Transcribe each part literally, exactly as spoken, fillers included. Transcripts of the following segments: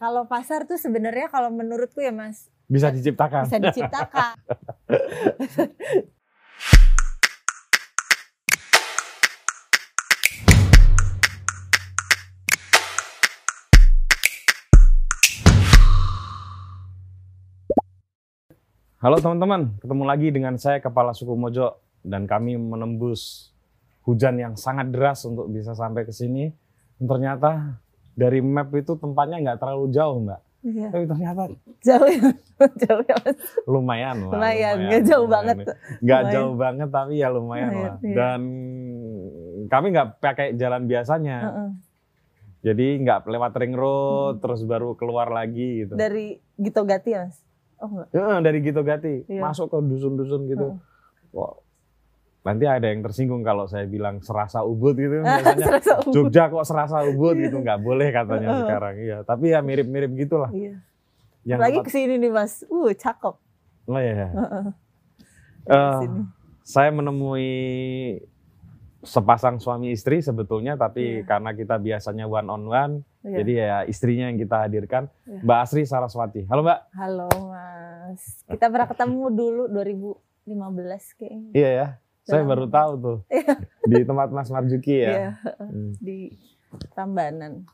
kalau pasar tuh sebenarnya kalau menurutku ya Mas. Bisa diciptakan. Bisa diciptakan. Halo teman-teman, ketemu lagi dengan saya Kepala Suku Mojo dan kami menembus hujan yang sangat deras untuk bisa sampai ke sini. Ternyata dari map itu tempatnya nggak terlalu jauh, Mbak. Iya. Tapi ternyata jauh ya, jauh ya Mas. Lumayan lah. Lumayan, nggak jauh lumayan. banget. Nggak jauh banget tapi ya lumayan, lumayan lah. Iya. Dan kami nggak pakai jalan biasanya. Uh-uh. Jadi nggak lewat ring road, hmm. terus baru keluar lagi gitu. Dari Gitogati ya Mas? Oh enggak. Ya, dari Gitogati, iya. Masuk ke dusun-dusun gitu. Hmm. Wow. Nanti ada yang tersinggung kalau saya bilang serasa Ubud gitu. Biasanya serasa Ubud. Jogja kok serasa Ubud gitu, nggak boleh katanya uh. sekarang. Iya, tapi ya mirip-mirip gitulah. Iya. Yang lagi tempat... kesini nih Mas, uh cakep. Oh iya. Uh-uh. Uh, saya menemui sepasang suami istri sebetulnya, tapi yeah. karena kita biasanya one on one, yeah. jadi ya istrinya yang kita hadirkan, yeah. Mbak Asri Saraswati. Halo Mbak. Halo Mas. Kita pernah ketemu dulu dua ribu lima belas kayaknya. Iya ya, saya baru tahu tuh di tempat Mas Marjuki ya. Yeah. Hmm. Di Rambanan.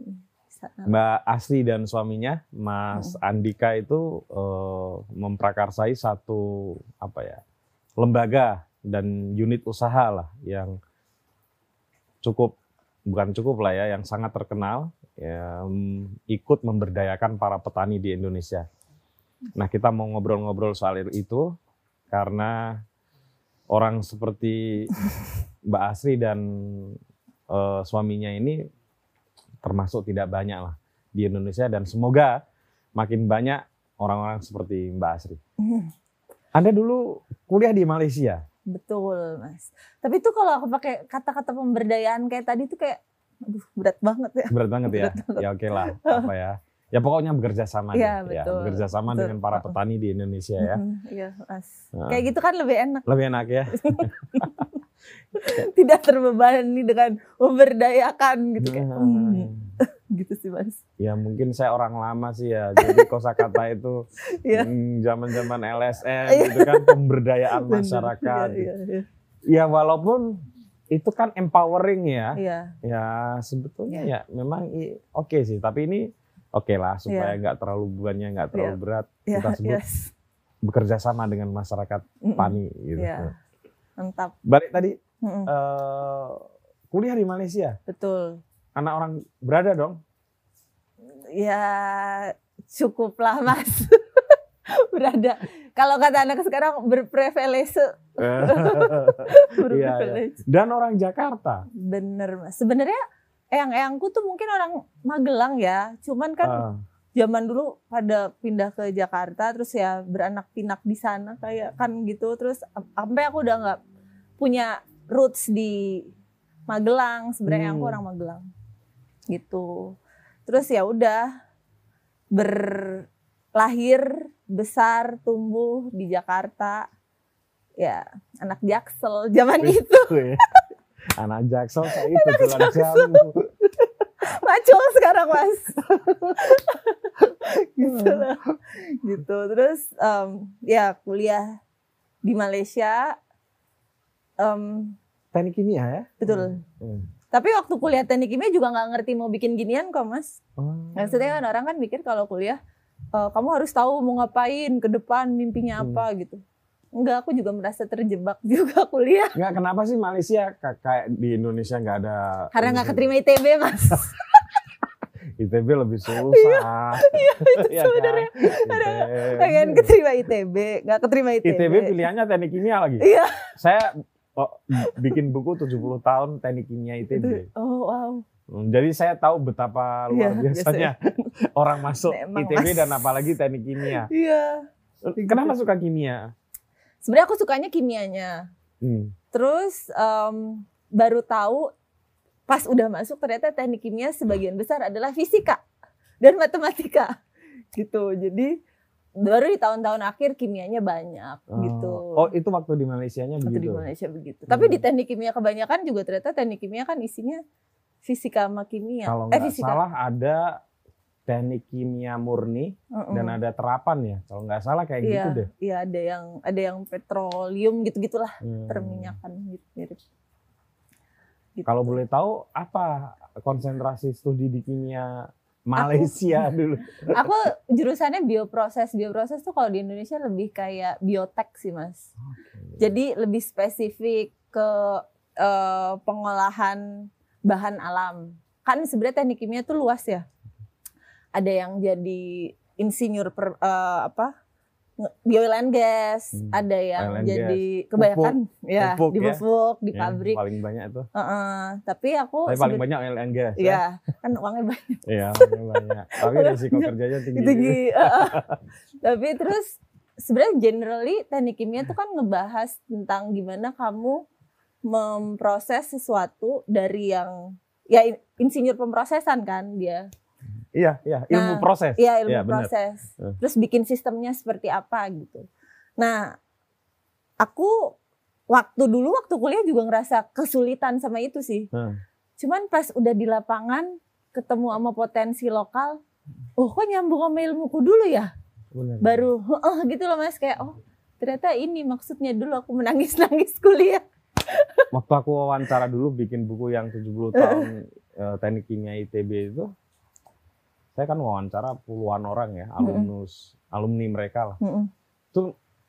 Mbak Asri dan suaminya Mas hmm. Andika itu uh, memprakarsai satu apa ya lembaga dan unit usaha lah yang cukup, bukan cukup lah ya, yang sangat terkenal, ya, ikut memberdayakan para petani di Indonesia. Nah kita mau ngobrol-ngobrol soal itu, karena orang seperti Mbak Asri dan uh, suaminya ini termasuk tidak banyak lah di Indonesia, dan semoga makin banyak orang-orang seperti Mbak Asri. Anda dulu kuliah di Malaysia? Betul Mas. Tapi tuh kalau aku pakai kata-kata pemberdayaan kayak tadi tuh kayak, aduh berat banget ya. Berat banget ya. Berat ya oke okay lah. Apa ya? Ya pokoknya bekerja sama ya, ya, bekerja sama betul. Dengan para petani di Indonesia ya. Iya Mas. Nah. Kayak gitu kan lebih enak. Lebih enak ya. Tidak terbebani dengan memberdayakan gitu kayak. Hmm. Gitu sih Mas. Ya mungkin saya orang lama sih ya. Jadi kosakata itu zaman-zaman L S M gitu kan, pemberdayaan masyarakat. Ya, ya, ya. Ya walaupun itu kan empowering ya. Ya, ya sebetulnya ya, ya memang oke okay sih, tapi ini oke okay lah supaya nggak ya. terlalu bebannya nggak terlalu ya. berat. Ya, kita sebut yes. bekerja sama dengan masyarakat Pani gitu. Ya. Mantap. Balik tadi uh, kuliah di Malaysia. Betul. Anak orang berada dong? Ya cukup lah Mas. Berada. Kalau kata anak sekarang berprivilege. Berprivilege. Iya, iya. Dan orang Jakarta. Bener Mas. Sebenarnya eyang-eyangku tuh mungkin orang Magelang ya. Cuman kan uh. zaman dulu pada pindah ke Jakarta, terus ya beranak pinak di sana kayak kan gitu. Terus sampai aku udah nggak punya roots di Magelang. Sebenarnya hmm. aku orang Magelang. Gitu. Terus ya udah berlahir, besar, tumbuh di Jakarta. Ya, anak Jaksel zaman Wih, itu. Ya. Anak Jaksel kayak itu tulang jamu. Macul sekarang Mas. Gitu lah. Gitu. Terus um, ya kuliah di Malaysia. Um, Teknik kimia ya? Betul. Hmm. Tapi waktu kuliah teknik kimia juga nggak ngerti mau bikin ginian kok Mas. Oh. Maksudnya kan orang kan mikir kalau kuliah uh, kamu harus tahu mau ngapain ke depan, mimpinya apa hmm. gitu. Enggak, aku juga merasa terjebak juga kuliah. Enggak, kenapa sih Malaysia kayak di Indonesia nggak ada? Karena nggak keterima I T B Mas. I T B lebih susah. Iya, itu ya sebenarnya. Kan? Pengen keterima I T B, nggak keterima I T B. I T B pilihannya teknik kimia lagi. Iya. Saya oh, bikin buku tujuh puluh tahun teknik kimia I T B. Oh wow. Jadi saya tahu betapa luar ya, biasanya biasa. Orang masuk nah, I T B mas. Dan apalagi teknik kimia. Iya. Kenapa suka kimia? Sebenarnya aku sukanya kimianya. Hmm. Terus um, baru tahu pas udah masuk ternyata teknik kimia sebagian besar adalah fisika dan matematika. Gitu. Jadi baru di tahun-tahun akhir kimianya banyak oh. gitu. Oh itu waktu di Malaysianya begitu? Waktu di Malaysia begitu. Hmm. Tapi di teknik kimia kebanyakan juga ternyata teknik kimia kan isinya fisika sama kimia. Kalau nggak eh, salah ada teknik kimia murni Mm-mm. dan ada terapan ya. Kalau nggak salah kayak Iya, gitu deh. iya ada yang ada yang petroleum gitu-gitulah, Hmm. perminyakan gitu mirip. Gitu. Kalau boleh tahu apa konsentrasi studi di kimia Malaysia dulu? Aku jurusannya bioproses. Bioproses tuh kalau di Indonesia lebih kayak biotek sih, Mas. Okay. Jadi lebih spesifik ke uh, pengolahan bahan alam. Kan sebenarnya teknik kimia tuh luas ya. Ada yang jadi insinyur per, uh, apa? Di oil and gas, hmm. ada yang jadi gas. Kebanyakan pupuk. Ya pupuk, di pupuk, ya. Di ya, pabrik. Paling banyak tuh. Uh-uh. Tapi aku Tapi paling banyak oil and gas. Iya, ya. Kan uangnya banyak. Iya, uangnya banyak. Tapi risiko kerjanya tinggi. Tinggi. Uh-uh. Tapi terus sebenarnya generally teknik kimia itu kan ngebahas tentang gimana kamu memproses sesuatu dari yang ya insinyur pemrosesan kan dia. Iya, iya, ilmu nah, proses. Iya, ilmu ya, proses. Bener. Terus bikin sistemnya seperti apa gitu. Nah, aku waktu dulu waktu kuliah juga ngerasa kesulitan sama itu sih. Hmm. Cuman pas udah di lapangan ketemu sama potensi lokal, oh kok nyambung sama ilmuku dulu ya? Bener. Baru oh gitu loh Mas, kayak oh ternyata ini maksudnya dulu aku menangis-nangis kuliah. Waktu aku wawancara dulu bikin buku yang tujuh puluh tahun uh, teknik kimia I T B itu, saya kan wawancara puluhan orang ya, alumnus, mm-hmm. alumni mereka lah. Mm-hmm. Itu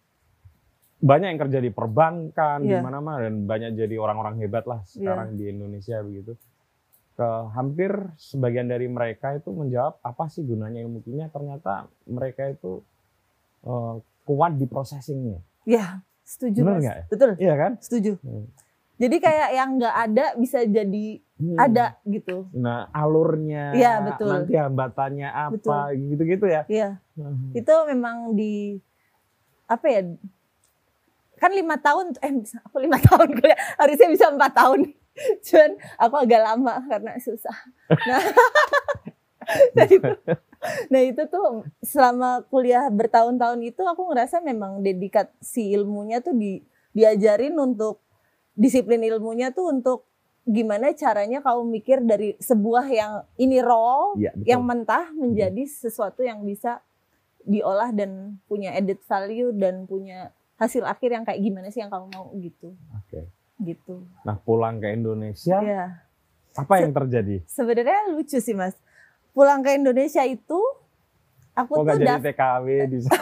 banyak yang kerja di perbankan, yeah. di mana-mana, dan banyak jadi orang-orang hebat lah sekarang yeah. di Indonesia begitu. Ke hampir sebagian dari mereka itu menjawab apa sih gunanya ilmu kimia? Ternyata mereka itu uh, kuat di processingnya. Iya, yeah, setuju. Benar nggak? Betul. Iya kan? Setuju. Hmm. Jadi kayak yang nggak ada bisa jadi hmm. ada gitu. Nah alurnya, ya, betul. Nanti hambatannya apa, betul. Gitu-gitu ya. Iya. Hmm. Itu memang di apa ya? Kan lima tahun, eh aku lima tahun kuliah, harusnya bisa empat tahun. Cuman aku agak lama karena susah. Nah, nah, itu, nah itu tuh selama kuliah bertahun-tahun itu aku ngerasa memang dedikasi ilmunya tuh di, diajarin untuk disiplin ilmunya tuh untuk gimana caranya kamu mikir dari sebuah yang ini raw, ya, yang mentah menjadi sesuatu yang bisa diolah dan punya added value dan punya hasil akhir yang kayak gimana sih yang kamu mau gitu. Oke. Gitu. Nah pulang ke Indonesia, ya. Apa yang terjadi? Se- sebenarnya lucu sih Mas. Pulang ke Indonesia itu, aku oh, tuh udah jadi T K W di sana.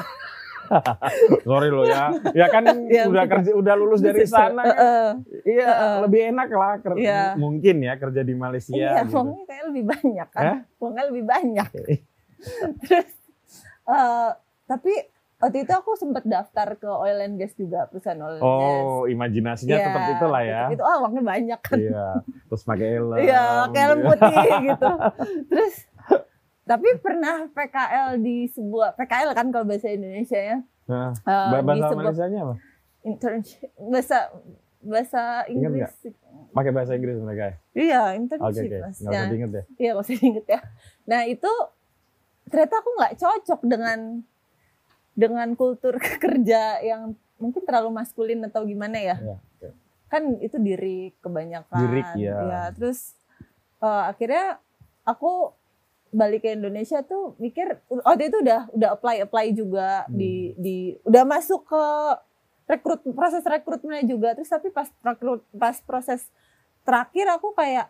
Sorry loh ya, ya kan ya, udah kerja, udah lulus dari sana, kan? uh, iya uh, uh, lebih enak lah, ker- yeah. mungkin ya kerja di Malaysia. Iya, gitu. Uangnya kayak lebih banyak kan, eh? Uangnya lebih banyak. Okay. Terus, uh, tapi waktu itu aku sempat daftar ke oil and gas juga, perusahaan oil and oh, gas. Oh, imajinasinya yeah, tetap itulah ya. Itu, oh, uangnya banyak kan. Iya, terus pakai helm. Iya, pakai helm putih gitu. Terus tapi pernah P K L di sebuah, P K L kan kalau bahasa Indonesia ya. Nah, uh, bahasa Malaysianya apa? Internship, bahasa bahasa Inggris. Pakai bahasa Inggris mereka ya? Iya, internship. Oke, oke. Nggak usah diinget ya? Iya, nggak usah diinget ya. Nah itu ternyata aku nggak cocok dengan dengan kultur kerja yang mungkin terlalu maskulin atau gimana ya. Ya, okay. Kan itu diri kebanyakan. Dirik ya. Ya, terus uh, akhirnya aku balik ke Indonesia tuh mikir waktu itu udah udah apply apply juga hmm. di di udah masuk ke rekrut proses rekrutmennya juga, terus tapi pas rekrut pas proses terakhir aku kayak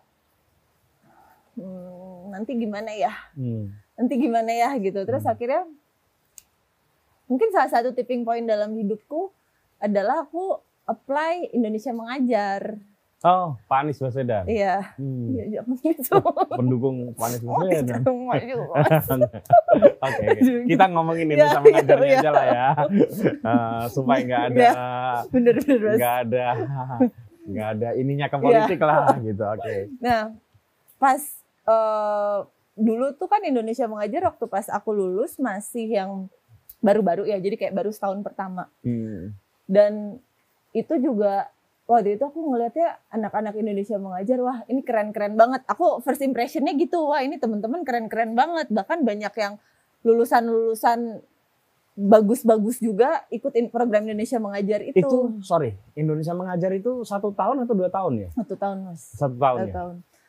hmm, nanti gimana ya hmm. nanti gimana ya gitu, terus hmm. akhirnya mungkin salah satu tipping point dalam hidupku adalah aku apply Indonesia Mengajar. Oh, Pak Anies Baswedan. Iya. Hmm. Iya, gitu. Pendukung Pak Anies Baswedan. Oke, okay, okay. Kita ngomongin Indonesia ya, Mengajarnya ya. aja lah ya, uh, supaya nggak ada, ya, bener, bener, nggak ada, nggak ada ininya ke politik ya. lah, gitu. Oke. Okay. Nah, pas uh, dulu tuh kan Indonesia Mengajar waktu pas aku lulus masih yang baru-baru ya, jadi kayak baru setahun pertama. Hmm. Dan itu juga waktu itu aku ngeliatnya anak-anak Indonesia Mengajar, wah ini keren-keren banget. Aku first impressionnya gitu, wah ini teman-teman keren-keren banget. Bahkan banyak yang lulusan-lulusan bagus-bagus juga ikutin program Indonesia Mengajar itu. Itu, sorry, Indonesia Mengajar itu satu tahun atau dua tahun ya? Satu tahun Mas. Satu tahun Satu ya? tahun.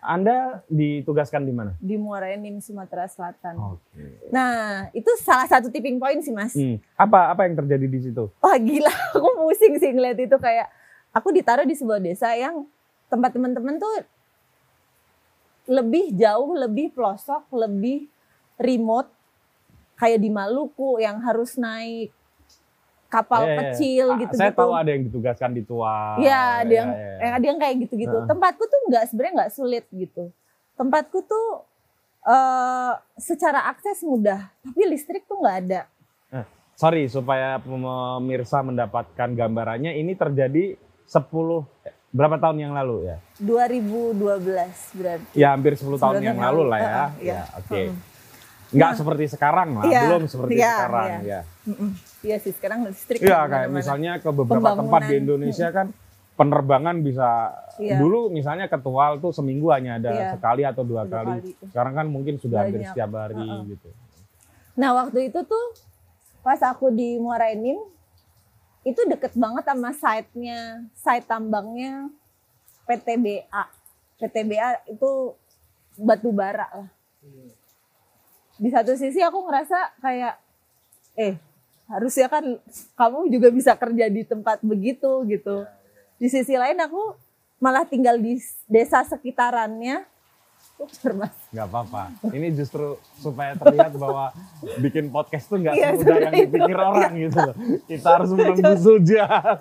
Anda ditugaskan di mana? Di Muara Enim, Sumatera Selatan. Oke. Nah, itu salah satu tipping point sih, Mas. Hmm. Apa apa yang terjadi di situ? Wah gila, aku pusing sih ngeliat itu. Kayak aku ditaruh di sebuah desa yang tempat teman-teman tuh lebih jauh, lebih pelosok, lebih remote. Kayak di Maluku yang harus naik kapal yeah, kecil yeah. gitu-gitu. Saya tahu ada yang ditugaskan di Tua. Iya, ada yang, yeah, yeah. ada yang kayak gitu-gitu. Uh. Tempatku tuh nggak sebenarnya nggak sulit gitu. Tempatku tuh uh, secara akses mudah, tapi listrik tuh nggak ada. Eh, sorry, supaya pemirsa mendapatkan gambarannya, ini terjadi sepuluh berapa tahun yang lalu ya? dua ribu dua belas berarti. Ya hampir sepuluh tahun yang lalu lah ya. Uh, uh, ya, ya. Oke. Okay. Uh. Nggak Nah, seperti sekarang lah, iya, belum seperti iya, sekarang iya. ya. Iya sih, sekarang listrik. Iya, kayak misalnya ke beberapa tempat di Indonesia kan penerbangan bisa iya. Dulu misalnya ke Tual tuh seminggu hanya ada iya. sekali atau dua, dua kali. kali. Sekarang kan mungkin sudah hampir setiap hari uh -uh. gitu. Nah, waktu itu tuh pas aku di Muara Enim itu deket banget sama site-nya, site tambangnya P T B A. P T B A itu batu bara lah. Di satu sisi aku ngerasa kayak, eh harusnya kan kamu juga bisa kerja di tempat begitu gitu. Di sisi lain aku malah tinggal di desa sekitarannya. Mas. Gak apa-apa. Ini justru supaya terlihat bahwa bikin podcast tuh gak ya, semudah yang dipikir orang gitu. Kita harus menembus jalan.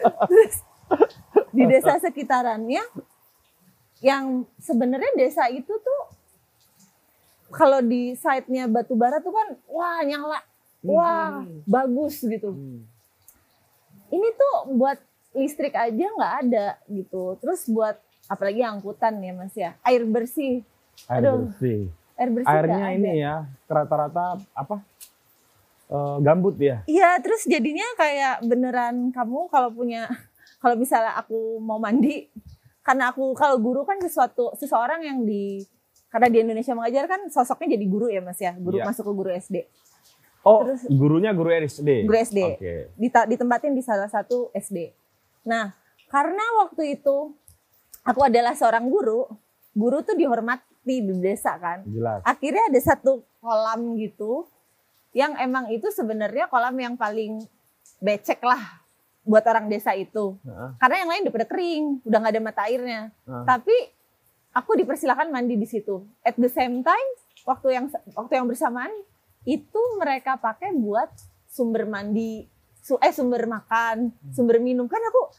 Di desa sekitarannya, yang sebenarnya desa itu tuh kalau di site-nya batu bara tuh kan wah nyala, wah hmm. bagus gitu. Hmm. Ini tuh buat listrik aja nggak ada gitu. Terus buat apalagi angkutan ya Mas ya, air bersih. Air Aduh, bersih. Air bersih. Airnya ini ya rata-rata apa? Uh, gambut ya. Iya, terus jadinya kayak beneran kamu kalau punya, kalau misalnya aku mau mandi, karena aku kalau guru kan sesuatu seseorang yang di karena di Indonesia mengajar kan sosoknya jadi guru ya Mas ya, guru ya. Masuk ke guru S D. Oh, terus, gurunya guru S D? Guru S D, okay. Ditempatin di salah satu S D. Nah, karena waktu itu aku adalah seorang guru, guru tuh dihormati di desa kan. Jelas. Akhirnya ada satu kolam gitu, yang emang itu sebenarnya kolam yang paling becek lah buat orang desa itu. Uh-huh. Karena yang lain udah pada kering, udah gak ada mata airnya. Uh-huh. Tapi aku dipersilakan mandi di situ. At the same time, waktu yang waktu yang bersamaan itu mereka pakai buat sumber mandi, su, eh sumber makan, sumber minum. Kan aku,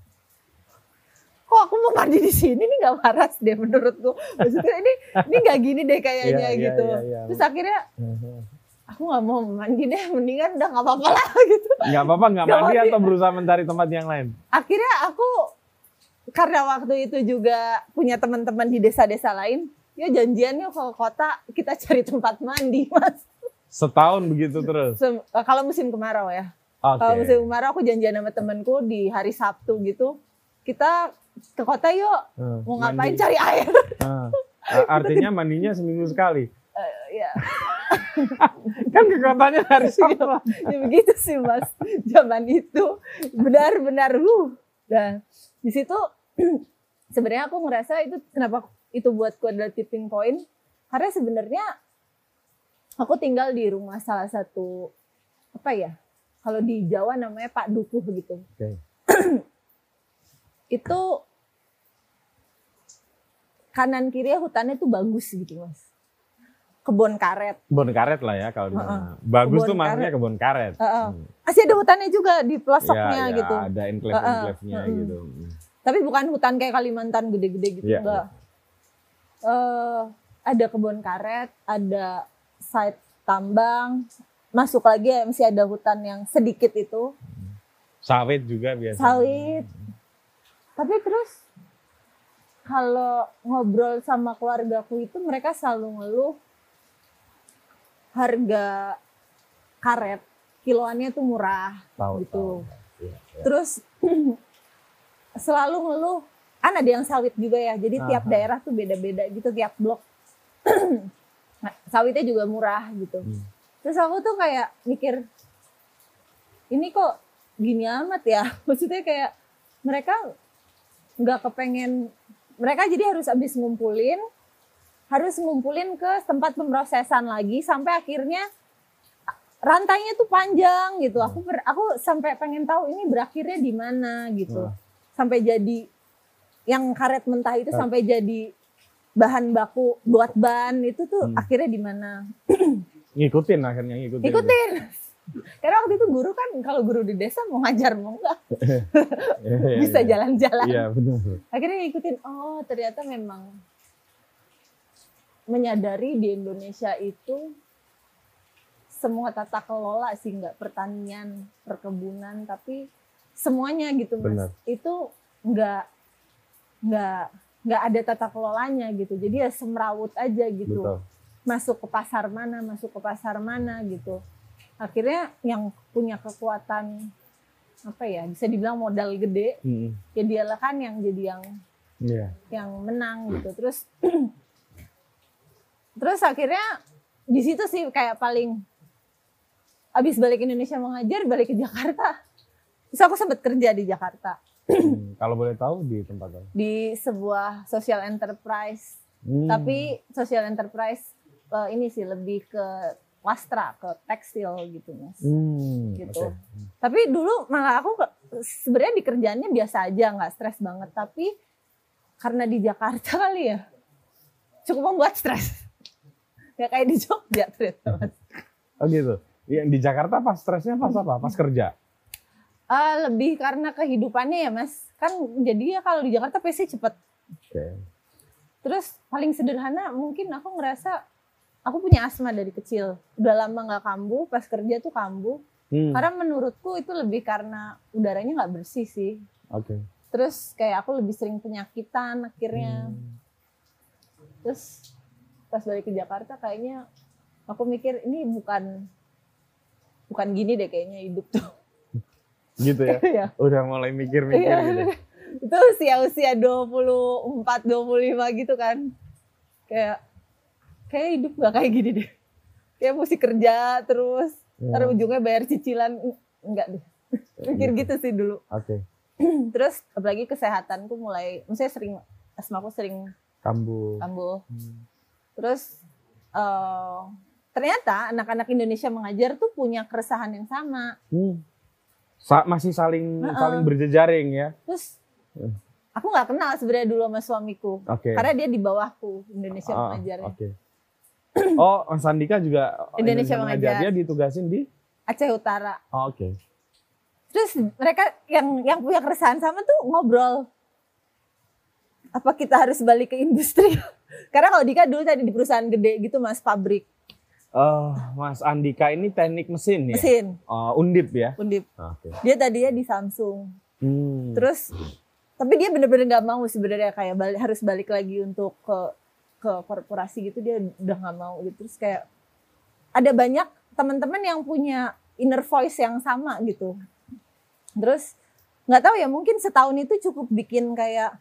kok aku mau mandi di sini nih nggak waras deh menurutku. Maksudnya ini ini nggak gini deh kayaknya yeah, gitu. Yeah, yeah, yeah. Terus akhirnya aku nggak mau mandi deh, mendingan udah nggak apa-apa lah gitu. Nggak apa-apa nggak mandi atau berusaha mencari tempat yang lain? Akhirnya aku karena waktu itu juga punya teman-teman di desa-desa lain, ya janjian yuk ke kota kita cari tempat mandi Mas. Setahun begitu terus? Se kalau musim kemarau ya. Okay. Kalau musim kemarau aku janjian sama temanku di hari Sabtu gitu. Kita ke kota yuk, hmm, mau ngapain mandi. Cari air. Hmm. Artinya mandinya seminggu sekali? Uh, ya. Kan ke kotanya hari Sabtu. Ya begitu sih Mas, zaman itu benar-benar uh. Dan di situ sebenarnya aku ngerasa itu kenapa itu buatku adalah tipping point, karena sebenarnya aku tinggal di rumah salah satu apa ya, kalau di Jawa namanya Pak Dukuh gitu. Okay. Itu kanan kiri hutannya tuh bagus gitu Mas, kebun karet. Kebun karet lah ya kalau di sana. Uh -uh. Bagus kebun tuh maksudnya karet. Kebun karet. Uh -uh. Hmm. Masih ada hutannya juga di pelosoknya ya, ya, gitu. Ada enclave-enclave-nya uh -uh. gitu. Tapi bukan hutan kayak Kalimantan gede-gede gitu, ya, enggak. Ya. Uh, ada kebun karet, ada site tambang, masuk lagi ya masih ada hutan yang sedikit itu. Sawit juga biasa. Sawit. Tapi terus kalau ngobrol sama keluargaku itu mereka selalu ngeluh harga karet kiloannya tuh murah. Tahu, gitu. Tahu. Ya, ya. Terus selalu ngeluh, kan ada yang sawit juga ya, jadi Aha. tiap daerah tuh beda-beda gitu, tiap blok nah, sawitnya juga murah gitu. Hmm. Terus aku tuh kayak mikir, ini kok gini amat ya, maksudnya kayak mereka nggak kepengen mereka jadi harus habis ngumpulin, harus ngumpulin ke tempat pemrosesan lagi sampai akhirnya rantainya tuh panjang gitu. Aku ber, aku sampai pengen tahu ini berakhirnya di mana gitu. Hmm. Sampai jadi yang karet mentah itu hmm. sampai jadi bahan baku buat ban itu tuh hmm. akhirnya di mana? Ngikutin akhirnya ngikutin. Ngikutin. Karena waktu itu guru kan kalau guru di desa mau ngajar mau enggak bisa jalan-jalan. Iya benar. Akhirnya ngikutin. Oh ternyata memang menyadari di Indonesia itu semua tata kelola sih, nggak pertanian, perkebunan, tapi semuanya gitu mas. Benar. Itu nggak nggak nggak ada tata kelolanya gitu. Jadi ya semrawut aja gitu. Betul. Masuk ke pasar mana, masuk ke pasar mana gitu. Akhirnya yang punya kekuatan apa ya, bisa dibilang modal gede, hmm. ya dialah kan yang jadi yang yeah. yang menang gitu. Terus terus akhirnya di situ sih kayak paling abis balik Indonesia mengajar, balik ke Jakarta. Terus aku sempat kerja di Jakarta. Hmm, kalau boleh tahu di tempat apa? Di sebuah social enterprise. Hmm. Tapi social enterprise uh, ini sih lebih ke wastra, ke tekstil gitu mas. Hmm, gitu. Okay. Tapi dulu malah aku sebenarnya di kerjaannya biasa aja, nggak stres banget. Tapi karena di Jakarta kali ya, cukup membuat stres. Gak kayak di Jogja ternyata mas. Oh gitu. Yang di Jakarta pas stresnya pas apa? Pas kerja? Uh, lebih karena kehidupannya ya mas. Kan jadi ya kalau di Jakarta pasti cepet. Okay. Terus paling sederhana mungkin aku ngerasa aku punya asma dari kecil. Udah lama gak kambuh, pas kerja tuh kambuh. Hmm. Karena menurutku itu lebih karena udaranya gak bersih sih. Oke. Okay. Terus kayak aku lebih sering penyakitan akhirnya. Hmm. Terus pas balik ke Jakarta kayaknya aku mikir ini bukan bukan gini deh kayaknya hidup tuh. Gitu ya? Ya. Udah mulai mikir-mikir ya, gitu. Itu usia-usia dua puluh empat, dua puluh lima gitu kan. Kayak kayak hidup gak kayak gini deh. Kayak mesti kerja terus, ya. Ntar ujungnya bayar cicilan. Enggak deh. Mikir gitu. gitu sih dulu. Oke. Okay. Terus apalagi kesehatanku mulai, maksudnya sering, asmaku sering kambuh. Kambuh. Hmm. Terus uh, ternyata anak-anak Indonesia mengajar tuh punya keresahan yang sama. Hmm. Sa- masih saling uh-uh. saling berjejaring ya. Terus aku nggak kenal sebenarnya dulu sama suamiku, okay. karena dia di bawahku Indonesia uh, mengajarnya. Okay. Oh, Mas Andika juga Indonesia mengajar. Dia ditugasin di Aceh Utara. Oh, Oke. Okay. Terus mereka yang yang punya keresahan sama tuh ngobrol. Apa kita harus balik ke industri? Karena kalau Dika dulu tadi di perusahaan gede gitu mas, pabrik. Uh, Mas Andika ini teknik mesin ya? Mesin. Uh, Undip ya? Undip. Okay. Dia tadinya di Samsung. Hmm. Terus, tapi dia bener-bener nggak mau sebenarnya kayak balik, harus balik lagi untuk ke ke korporasi gitu. Dia udah nggak mau gitu. Terus kayak ada banyak teman-teman yang punya inner voice yang sama gitu. Terus nggak tahu ya, mungkin setahun itu cukup bikin kayak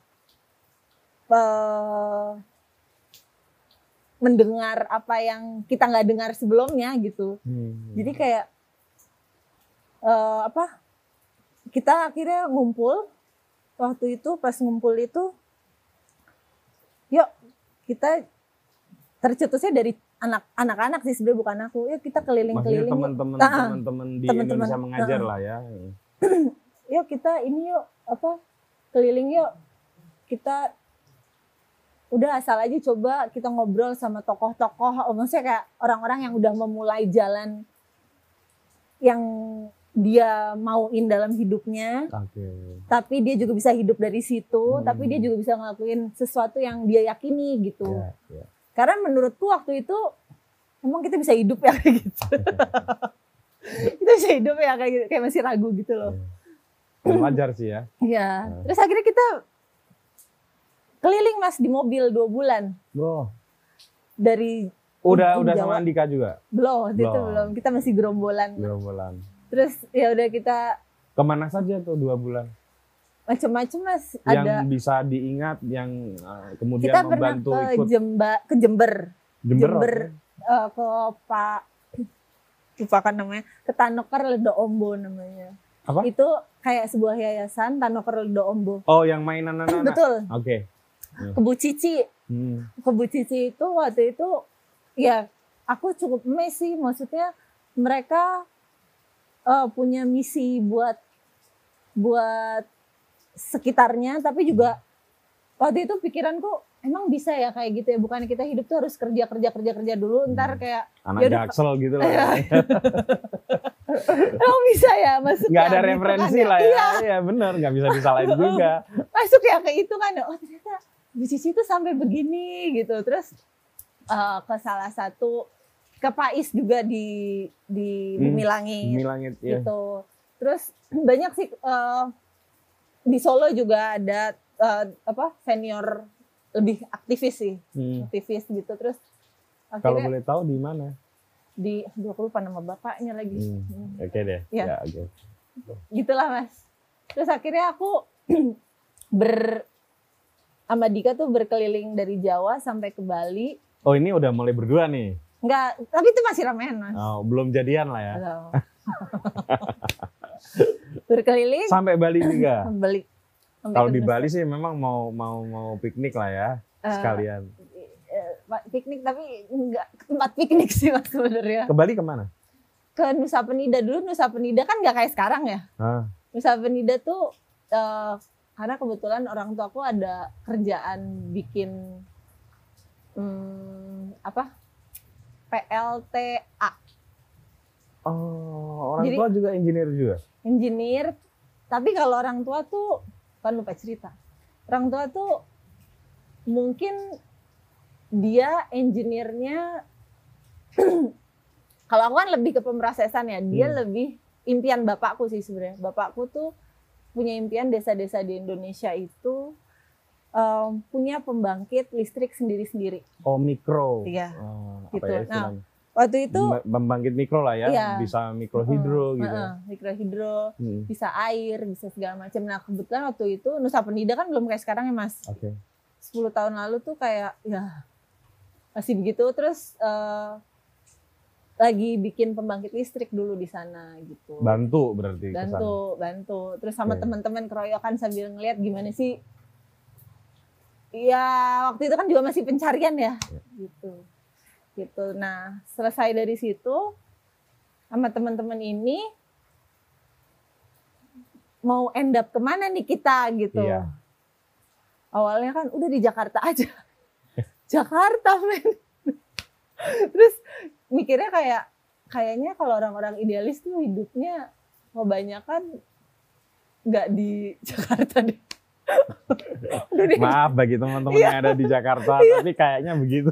uh, mendengar apa yang kita nggak dengar sebelumnya gitu. Hmm. Jadi kayak uh, apa? Kita akhirnya ngumpul waktu itu, pas ngumpul itu, yuk kita tercetusnya dari anak anak-anak sih sebenarnya, bukan aku. Yuk kita keliling-keliling. Teman-teman nah, teman-teman di teman-teman, Indonesia mengajar nah, lah ya. Yuk kita ini yuk apa? Keliling yuk. Kita udah asal aja coba kita ngobrol sama tokoh-tokoh, maksudnya kayak orang-orang yang udah memulai jalan yang dia mauin dalam hidupnya. Okay. Tapi dia juga bisa hidup dari situ, hmm. tapi dia juga bisa ngelakuin sesuatu yang dia yakini gitu. Yeah, yeah. Karena menurutku waktu itu emang kita bisa hidup ya kayak gitu. Kita bisa hidup ya kayak gitu, kayak masih ragu gitu loh. Yeah. Wajar sih ya. Iya. Yeah. Terus akhirnya kita keliling mas di mobil dua bulan. Oh. Dari udah udah Jawa. Sama Andika juga? Belum, belum, itu belum. Kita masih gerombolan. Gerombolan. Terus ya udah kita kemana saja tuh dua bulan? Macam-macam mas. Yang ada bisa diingat, yang uh, kemudian kita membantu pernah ke ikut. Jemba, ke Jember. Jember. Jember uh, ke Pak, lupa kan namanya. Ke Tanoker Ledo Ombo namanya. Apa? Itu kayak sebuah yayasan Tanoker Ledo Ombo. Oh, yang mainan anak-anak. Betul. Oke. Okay. Hmm. Ke Bu Cici. Hmm. Ke Bu Cici itu waktu itu ya aku cukup amazed sih, maksudnya mereka uh, punya misi buat buat sekitarnya, tapi juga waktu itu pikiranku emang bisa ya kayak gitu ya, bukan kita hidup tuh harus kerja kerja kerja kerja dulu, ntar kayak anak jaksel gitu lah. Emang bisa ya masuk nggak ya, ada gitu referensi kan, lah ya, iya. ya benar, nggak bisa disalahin juga. Masuk ya ke itu kan, oh ternyata Bu Cici tuh sampai begini gitu. Terus uh, ke salah satu, ke Pais juga di di Hmm, Bumi Langit, Bumi Langit, ya. gitu. Terus banyak sih uh, di Solo juga ada uh, apa senior lebih aktivis sih, Hmm. aktivis gitu. Terus Kalau akhirnya boleh tahu di mana? di, aduh aku lupa nama bapaknya lagi. Hmm. Hmm. Oke okay deh. Ya. Ya, oke. Gitulah Mas. Terus akhirnya aku ber sama Dika tuh berkeliling dari Jawa sampai ke Bali. Oh ini udah mulai berdua nih? Enggak, tapi itu masih ramean Mas. Oh, belum jadian lah ya? Halo. Berkeliling. Sampai Bali juga? Bali. Sampai Kalau ke di Nusa. Bali sih memang mau mau mau piknik lah ya, Eh, sekalian. eh, piknik tapi enggak ke tempat piknik sih Mas sebenarnya. Ke Bali kemana? Ke Nusa Penida dulu. Nusa Penida kan nggak kayak sekarang ya. Hah? Nusa Penida tuh eh, karena kebetulan orang tua aku ada kerjaan bikin hmm, apa P L T A, Oh, orang Jadi- tua juga engineer juga? engineer. Tapi kalau orang tua tuh kan lupa cerita. Orang tua tuh mungkin dia engineer-nya kalau aku kan lebih ke pemrosesan ya, dia Hmm. lebih impian bapakku sih sebenarnya. Bapakku tuh punya impian desa-desa di Indonesia itu um, punya pembangkit listrik sendiri-sendiri. Oh, mikro. Iya, Oh, apa gitu. ya Nah, istilahnya? Waktu itu Pem- Pembangkit mikro lah ya, Iya. bisa mikrohidro gitu. Heeh, mikrohidro, Hmm. bisa air, bisa segala macam. Nah kebetulan waktu itu Nusa Penida kan belum kayak sekarang ya Mas. Oke. sepuluh tahun lalu tuh kayak ya masih begitu. Terus eh, lagi bikin pembangkit listrik dulu di sana gitu. Bantu berarti ke sana. bantu bantu terus sama Oke. teman-teman keroyokan sambil ngeliat gimana sih ya waktu itu kan juga masih pencarian ya gitu gitu. Nah selesai dari situ sama teman-teman ini mau end up kemana nih kita gitu. Iya. Awalnya kan udah di Jakarta aja. Jakarta men. Terus mikirnya kayak kayaknya kalau orang-orang idealis tuh hidupnya kebanyakan nggak di Jakarta deh. Udah deh. Maaf bagi teman-teman Iya. yang ada di Jakarta, tapi kayaknya begitu.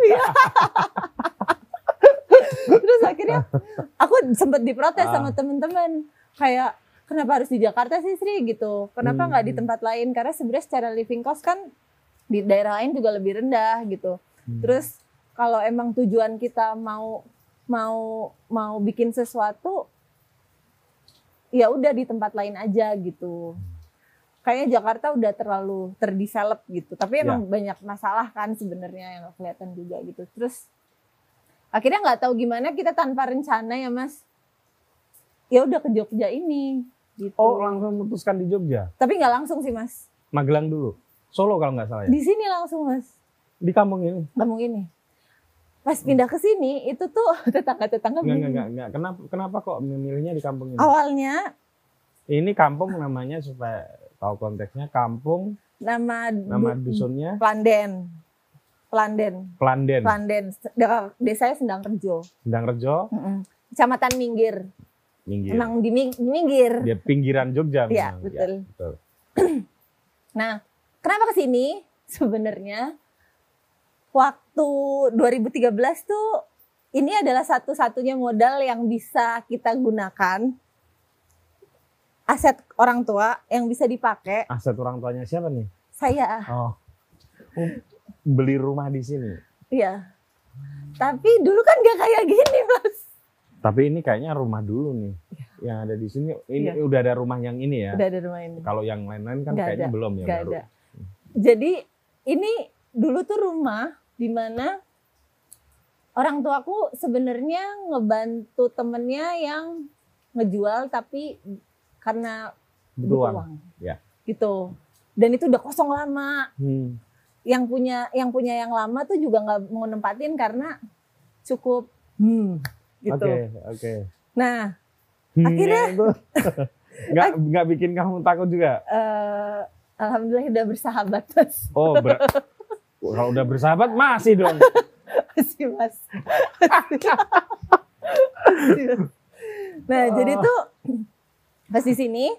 Terus akhirnya aku sempat diprotes Ah. sama teman-teman kayak kenapa harus di Jakarta sih Sri gitu, kenapa nggak di Hmm. tempat lain, karena sebenarnya secara living cost kan di daerah lain juga lebih rendah gitu. Hmm. Terus kalau emang tujuan kita mau mau mau bikin sesuatu ya udah di tempat lain aja gitu. Kayaknya Jakarta udah terlalu terdevelop gitu. Tapi emang banyak masalah kan sebenarnya yang nggak kelihatan juga gitu. Terus akhirnya nggak tahu gimana kita tanpa rencana ya Mas. Ya udah ke Jogja ini gitu. Oh, langsung memutuskan di Jogja. Tapi nggak langsung sih Mas. Magelang dulu. Solo kalau nggak salah ya. Di sini langsung Mas. Di kampung ini. Kampung ini. Pas pindah ke sini itu tuh tetangga-tetangga Enggak, enggak, bingung. enggak, enggak. Kenapa kenapa kok memilihnya di kampung ini? Awalnya Ini kampung namanya supaya tahu konteksnya, kampung nama nama du- dusunnya Planden. Planden. Planden, Planden. De- Desanya Sendang Rejo. Sendang Rejo, Mm-mm. Kecamatan Minggir. minggir. Emang di Ming- minggir. Dia pinggiran Jogja Iya, memang. betul. Ya, betul. Nah, kenapa ke sini? Sebenarnya waktu dua ribu tiga belas tuh ini adalah satu-satunya modal yang bisa kita gunakan, aset orang tua yang bisa dipakai. Aset orang tuanya siapa nih? Saya, Oh. Oh, beli rumah di sini. iya. Tapi dulu kan gak kayak gini, Mas. Tapi ini kayaknya rumah dulu nih. Yang ada di sini ini Iya. udah ada rumah yang ini ya. Udah ada rumah ini. Kalau yang lain-lain kan Nggak kayaknya ada, belum ya Gak baru. ada. Jadi ini dulu tuh rumah di mana orang tuaku sebenarnya ngebantu temennya yang ngejual tapi karena Butuh butuh uang. uang. Ya. Gitu. Dan itu udah kosong lama. Hmm. yang punya yang punya yang lama tuh juga nggak mau nempatin karena cukup hmm gitu. Oke, oke. Nah, Hmm, akhirnya itu nggak nggak bikin kamu takut juga? uh, alhamdulillah udah bersahabat Mas. Oh, ber kalau udah bersahabat masih dong. Masih Mas. Nah, oh. Jadi tuh pas di sini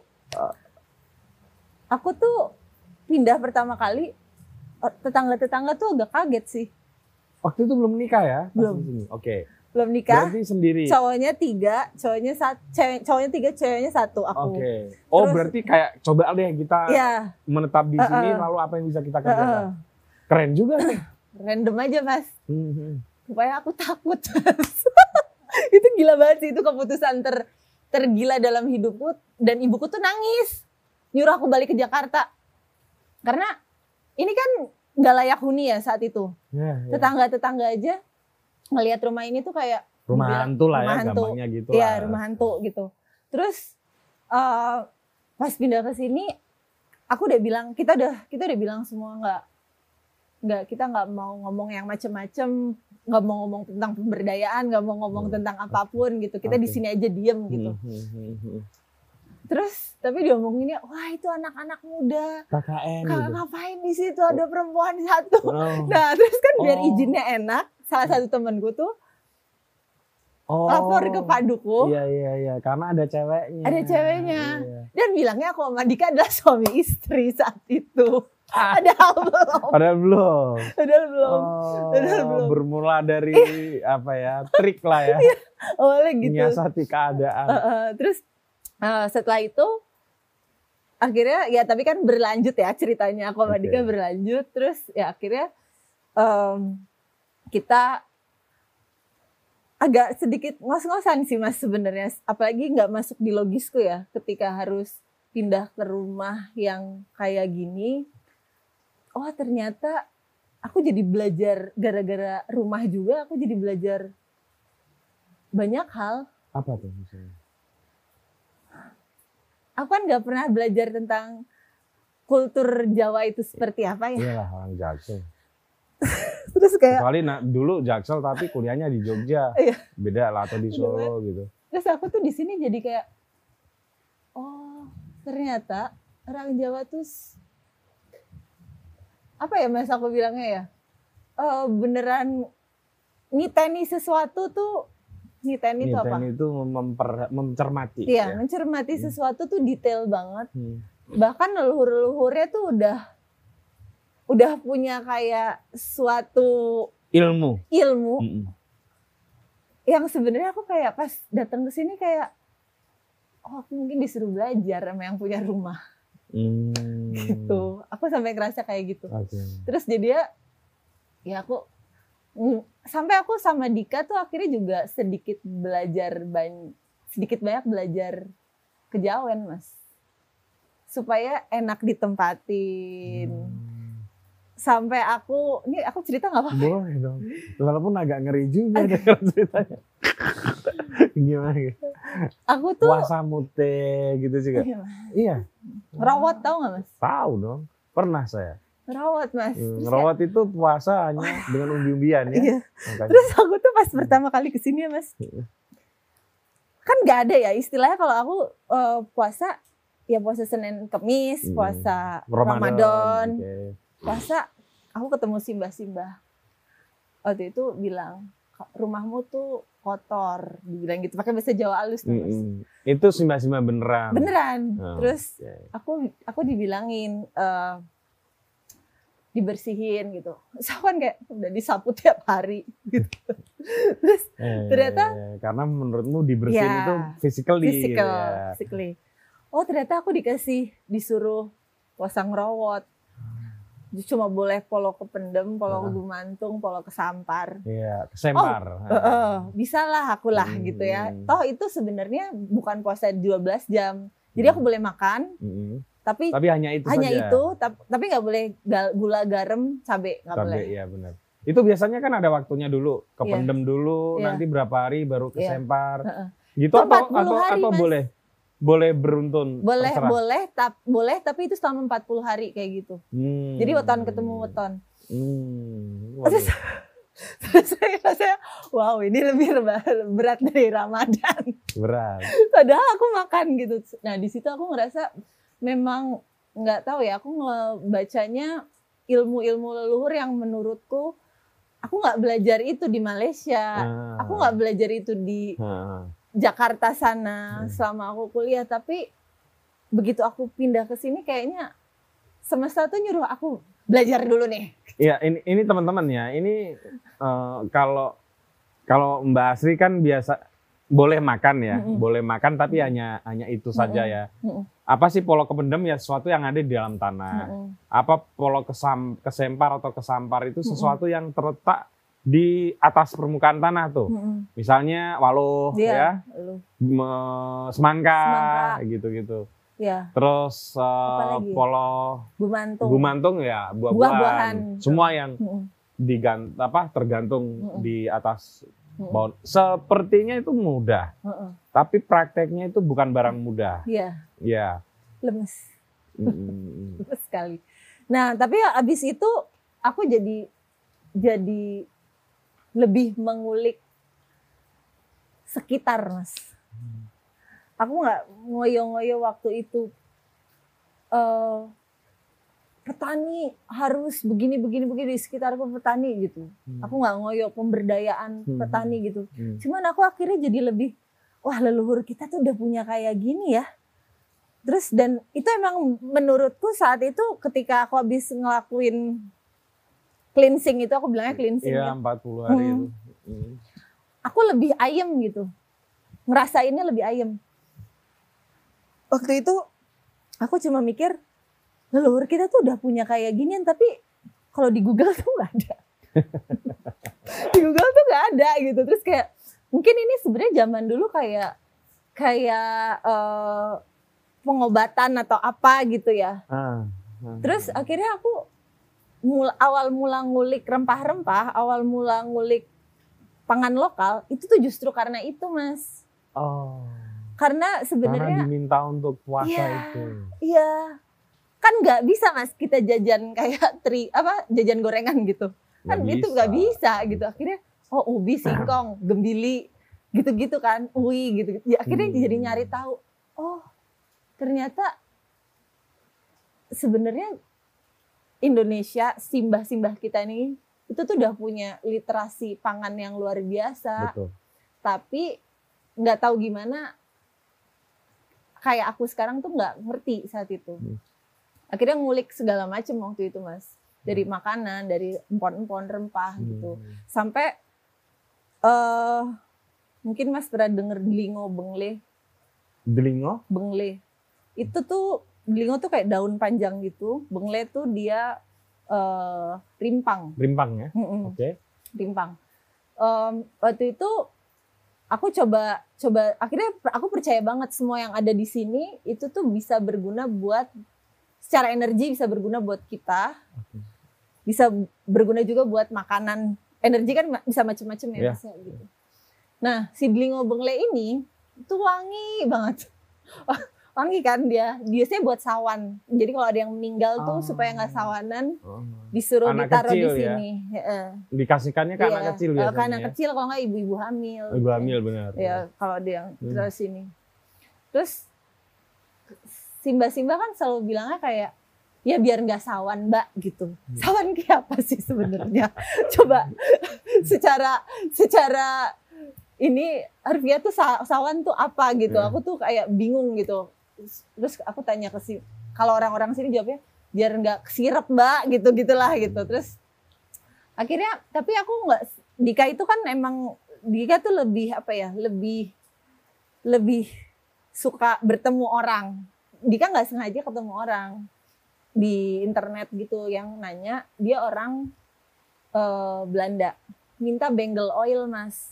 aku tuh pindah pertama kali, tetangga-tetangga tuh agak kaget sih. Waktu itu belum nikah ya? Belum. Oke. Okay. Belum nikah. Berarti sendiri. Cowoknya tiga, cowoknya satu, cewek, cowoknya tiga, ceweknya satu. Aku. Oke. Okay. Oh, terus, berarti kayak coba deh kita ya, menetap di sini, uh, uh, lalu apa yang bisa kita kerjakan? Uh, uh. Keren juga nih. Random aja Mas. Mm-hmm. Supaya aku takut. Itu gila banget sih, itu keputusan ter tergila dalam hidupku, dan ibuku tuh nangis nyuruh aku balik ke Jakarta karena ini kan nggak layak huni ya saat itu. Yeah, yeah. Tetangga-tetangga aja ngelihat rumah ini tuh kayak rumah bilang, hantu lah rumah ya, hantu. Gampangnya gitu Iya, lah. rumah hantu gitu. Terus uh, pas pindah ke sini aku udah bilang, kita udah kita udah bilang semua nggak nggak kita nggak mau ngomong yang macem-macem, nggak mau ngomong tentang pemberdayaan, nggak mau ngomong hmm. tentang apapun gitu. Kita okay. di sini aja diem gitu. Hmm, hmm, hmm. Terus tapi diomonginnya, wah itu anak-anak muda, K K N K- gitu. Ngapain di situ ada perempuan satu. Oh. Nah terus kan biar oh. izinnya enak, salah satu temanku tuh oh. lapor ke paduku. Iya iya iya, karena ada ceweknya. Ada ceweknya. Iya. Dan bilangnya aku sama Dika adalah suami istri saat itu. Padahal belum. Padahal belum. Padahal belum. Oh, Padahal belum. Bermula dari apa ya, trik lah ya. Awalnya gitu. Menyiasati keadaan. Uh, uh, terus uh, setelah itu akhirnya ya tapi kan berlanjut ya ceritanya, aku sama okay. Dika berlanjut. Terus ya akhirnya um, kita agak sedikit ngos-ngosan sih Mas sebenarnya, apalagi nggak masuk di logisku ya ketika harus pindah ke rumah yang kayak gini. Oh ternyata aku jadi belajar, gara-gara rumah juga aku jadi belajar banyak hal. Apa tuh misalnya? Aku kan nggak pernah belajar tentang kultur Jawa itu seperti apa ya. Iyalah orang Jaksel. Terus kayak kecuali nah, dulu Jaksel tapi kuliahnya di Jogja. Iya. Beda lah, atau di Solo gitu. Terus aku tuh di sini jadi kayak oh ternyata orang Jawa tuh apa ya Mas aku bilangnya ya, uh, beneran niteni sesuatu tuh, niteni itu apa? Niteni itu memper, mencermati. Iya, ya? mencermati hmm. sesuatu tuh detail banget. Hmm. Bahkan leluhur-leluhurnya tuh udah udah punya kayak suatu ilmu. Ilmu. Hmm. Yang sebenarnya aku kayak pas datang ke sini kayak oh aku mungkin disuruh belajar sama yang punya rumah. Hmm. Gitu. Aku sampai ngerasa kayak gitu. Okay. Terus jadi ya, ya aku sampai aku sama Dika tuh akhirnya juga sedikit belajar banyak, sedikit banyak belajar kejawen Mas, supaya enak ditempatin. Hmm. Sampai aku, ini aku cerita nggak apa-apa? Boleh dong. Walaupun agak ngeri juga deh kalau ceritanya. Gimana gitu? Aku tuh puasa mute gitu juga. Iya. Iya. Rawat tahu nggak Mas? Tahu dong. Pernah saya. Rawat Mas. Hmm, rawat ya, itu puasa hanya dengan umbi-umbian ya. Iya. Terus aku tuh pas pertama kali kesini ya Mas. Kan nggak ada ya istilahnya kalau aku uh, puasa ya puasa Senin Kemis, hmm. puasa Ramadan, Ramadan okay. Puasa aku ketemu simbah-simbah. Waktu itu bilang rumahmu tuh kotor, dibilang gitu pakai bahasa Jawa halus tuh Mas. Mm-hmm. Itu simbah-simbah beneran. Beneran. Oh, terus okay. aku aku dibilangin uh, dibersihin gitu. So kan kayak udah disapu tiap hari gitu. Terus eh, ternyata karena menurutmu dibersihin ya, itu physically. Physical, ya. physically. Oh ternyata aku dikasih disuruh pasang rawat. Cuma boleh polo kependem, polo ke Gumantung, polo ke Sampar. Iya, kesempar. Oh, uh, uh, bisa lah aku lah hmm. gitu ya. Toh itu sebenarnya bukan puasa dua belas jam. Jadi aku boleh makan, hmm. tapi tapi hanya itu hanya saja. itu, tapi nggak boleh gula, garam, cabai nggak boleh. Iya benar. Itu biasanya kan ada waktunya dulu, kependem yeah. dulu, yeah. nanti berapa hari baru kesempar. Yeah. Uh, uh. Gitu atau atau, hari, atau boleh? Boleh beruntun. Boleh, terserah. boleh, tap, boleh, tapi itu selama empat puluh hari kayak gitu. Hmm. Jadi weton ketemu weton. Hmm. Terus, terus saya rasanya, wow ini lebih berat dari Ramadan. Berat. Padahal aku makan gitu. Nah di situ aku ngerasa memang nggak tahu ya, aku ngebacanya ilmu-ilmu leluhur yang menurutku aku nggak belajar itu di Malaysia, ah. aku nggak belajar itu di ah. Jakarta sana hmm. selama aku kuliah. Tapi begitu aku pindah ke sini kayaknya semesta tuh nyuruh aku belajar dulu nih. Iya, ini ini teman-teman ya. Ini uh, kalau kalau Mbak Asri kan biasa boleh makan ya, mm-hmm. boleh makan tapi mm-hmm. hanya hanya itu mm-hmm. saja ya. Mm-hmm. Apa sih polo kependem ya, sesuatu yang ada di dalam tanah. Mm-hmm. Apa polo kesam, kesempar atau kesampar itu sesuatu mm-hmm. yang terletak di atas permukaan tanah tuh. Mm-hmm. Misalnya waluh yeah, ya, me- semangka, semangka gitu-gitu. Ya. Terus uh, polo bumantung. bumantung ya, buah-buahan. Semua yang mm-hmm. digant apa tergantung mm-hmm. di atas pohon. Mm-hmm. Sepertinya itu mudah. Mm-hmm. Tapi prakteknya itu bukan barang mudah. Iya. Iya. Lemes. Mm-hmm. Lemes sekali. Nah, tapi abis itu aku jadi jadi lebih mengulik sekitar, Mas. Aku nggak ngoyo-ngoyo waktu itu uh, petani harus begini begini begini di sekitarku petani gitu. Hmm. Aku nggak ngoyo pemberdayaan hmm. petani gitu. Hmm. Cuman aku akhirnya jadi lebih, wah leluhur kita tuh udah punya kayak gini ya. Terus dan itu emang menurutku saat itu ketika aku habis ngelakuin cleansing itu, aku bilangnya cleansing ya. Iya empat puluh hari hmm. itu. Hmm. Aku lebih ayem gitu. Ngerasainnya lebih ayem. Waktu itu aku cuma mikir leluhur kita tuh udah punya kayak ginian, tapi kalau di Google tuh nggak ada. Di Google tuh nggak ada gitu. Terus kayak mungkin ini sebenarnya zaman dulu kayak kayak uh, pengobatan atau apa gitu ya. Ah, ah, Terus akhirnya aku mula, awal mula ngulik rempah-rempah, awal mula ngulik pangan lokal itu tuh justru karena itu, Mas. Oh. Karena sebenarnya karena diminta untuk puasa ya, itu. Iya. Kan nggak bisa, Mas, kita jajan kayak tri apa jajan gorengan gitu. Kan gak itu nggak bisa gitu. Akhirnya oh ubi, singkong, gembili gitu-gitu kan. Ui gitu. Ya, akhirnya hmm. jadi nyari tahu. Oh, ternyata sebenarnya Indonesia, simbah-simbah kita nih itu tuh udah punya literasi pangan yang luar biasa. Betul. Tapi nggak tahu gimana kayak aku sekarang tuh nggak ngerti saat itu. Hmm. Akhirnya ngulik segala macam waktu itu, Mas. Dari makanan, dari empon-empon rempah hmm. gitu. Sampai uh, mungkin Mas pernah denger delingo bengle. Delingo? Bengle. Itu tuh delingo tuh kayak daun panjang gitu. Bengle tuh dia uh, rimpang. Rimpang ya? Mm-mm. Oke. Okay. Rimpang. Um, waktu itu aku coba coba akhirnya aku percaya banget semua yang ada di sini itu tuh bisa berguna buat secara energi, bisa berguna buat kita. Okay. Bisa berguna juga buat makanan. Energi kan bisa macam-macam ya, yeah. Mas, gitu. Nah, si delingo bengle ini itu wangi banget. Wangi kan dia. Biasanya buat sawan. Jadi kalau ada yang meninggal tuh oh. supaya nggak sawanan, oh. disuruh anak ditaruh di sini. Ya? Dikasihkannya ke iya. anak kecil biasanya. Ke anak ya? kecil, kalau nggak ibu-ibu hamil. Ibu hamil ya. Benar. Ya, kalau ada yang hmm. terus sini. Terus Simba-Simba kan selalu bilangnya kayak ya biar nggak sawan, Mbak, gitu. Hmm. Sawan kayak apa sih sebenarnya? Coba secara secara ini harfiah tuh sawan tuh apa gitu. Hmm. Aku tuh kayak bingung gitu. Terus aku tanya ke si, kalau orang-orang sini jawabnya biar nggak kesirep, Mbak, gitu gitulah gitu. Terus akhirnya tapi aku nggak, Dika itu kan emang Dika tuh lebih apa ya, lebih lebih suka bertemu orang. Dika nggak sengaja ketemu orang di internet gitu yang nanya, dia orang uh, Belanda, minta bengal oil, Mas.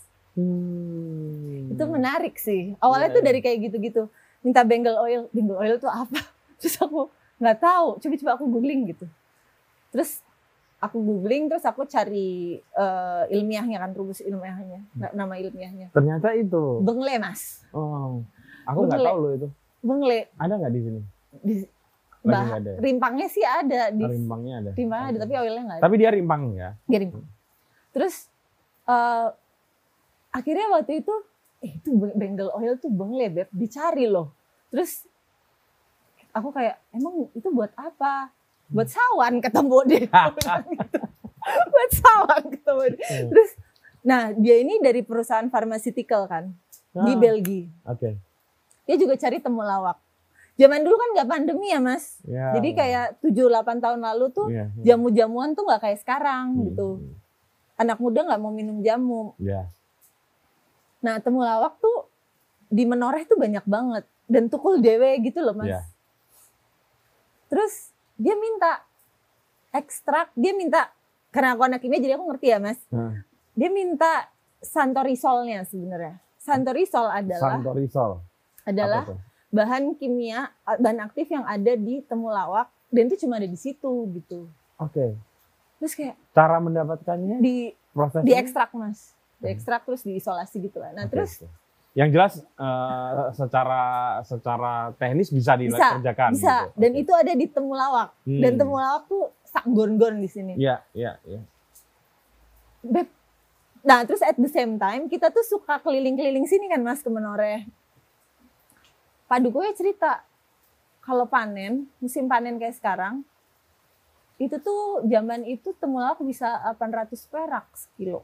Hmm. Itu menarik sih. Awalnya yeah. tuh dari kayak gitu-gitu. Minta bengal oil, bengal oil itu apa? Terus aku nggak tahu, coba-coba aku googling gitu. Terus aku googling, terus aku cari uh, ilmiahnya kan, rumus ilmiahnya, hmm. nama ilmiahnya. Ternyata itu. Bengle, Mas. Oh, aku nggak tahu loh itu. Bengle. Ada nggak di sini? Di, Lagi nggak ada. Rimpangnya sih ada di. Oh, rimpangnya ada. Rimpangnya ada, Okay. tapi oilnya nggak ada. Tapi dia rimpang ya. Dia rimpang. Terus uh, akhirnya waktu itu, eh itu Bengal oil tuh Bang Lebeb dicari loh. Terus aku kayak, emang itu buat apa? Buat sawan ketemu dia. Buat sawan ketemu dia. Terus, nah dia ini dari perusahaan pharmaceutical kan, ah, di Belgia. Oke. Okay. Dia juga cari temulawak. Zaman dulu kan nggak pandemi ya mas. Ya, jadi kayak tujuh delapan tahun lalu tuh ya, ya. jamu-jamuan tuh nggak kayak sekarang hmm. gitu. Anak muda nggak mau minum jamu. Ya. Nah temulawak tuh di Menoreh tuh banyak banget. Dan tukul dewe gitu loh mas. Ya. Terus dia minta ekstrak, dia minta, karena aku anak kimia jadi aku ngerti ya mas. Hmm. Dia minta santorisolnya sebenarnya. Santorisol adalah Santorisol adalah bahan kimia, bahan aktif yang ada di temulawak dan itu cuma ada di situ gitu. Oke. Okay. Terus kayak cara mendapatkannya di prosesnya di ekstrak mas, di ekstrak terus diisolasi gitu lah. Nah okay. terus yang jelas uh, secara secara teknis bisa dikerjakan. Bisa. Gitu. Dan okay. itu ada di temulawak hmm. dan temulawak tuh sak gon-gon di sini. Iya iya iya. Beb. Nah terus at the same time kita tuh suka keliling-keliling sini kan mas ke Menoreh. Padukunya cerita kalau panen, musim panen kayak sekarang, itu tuh zaman itu temulawak bisa delapan ratus perak sekilo.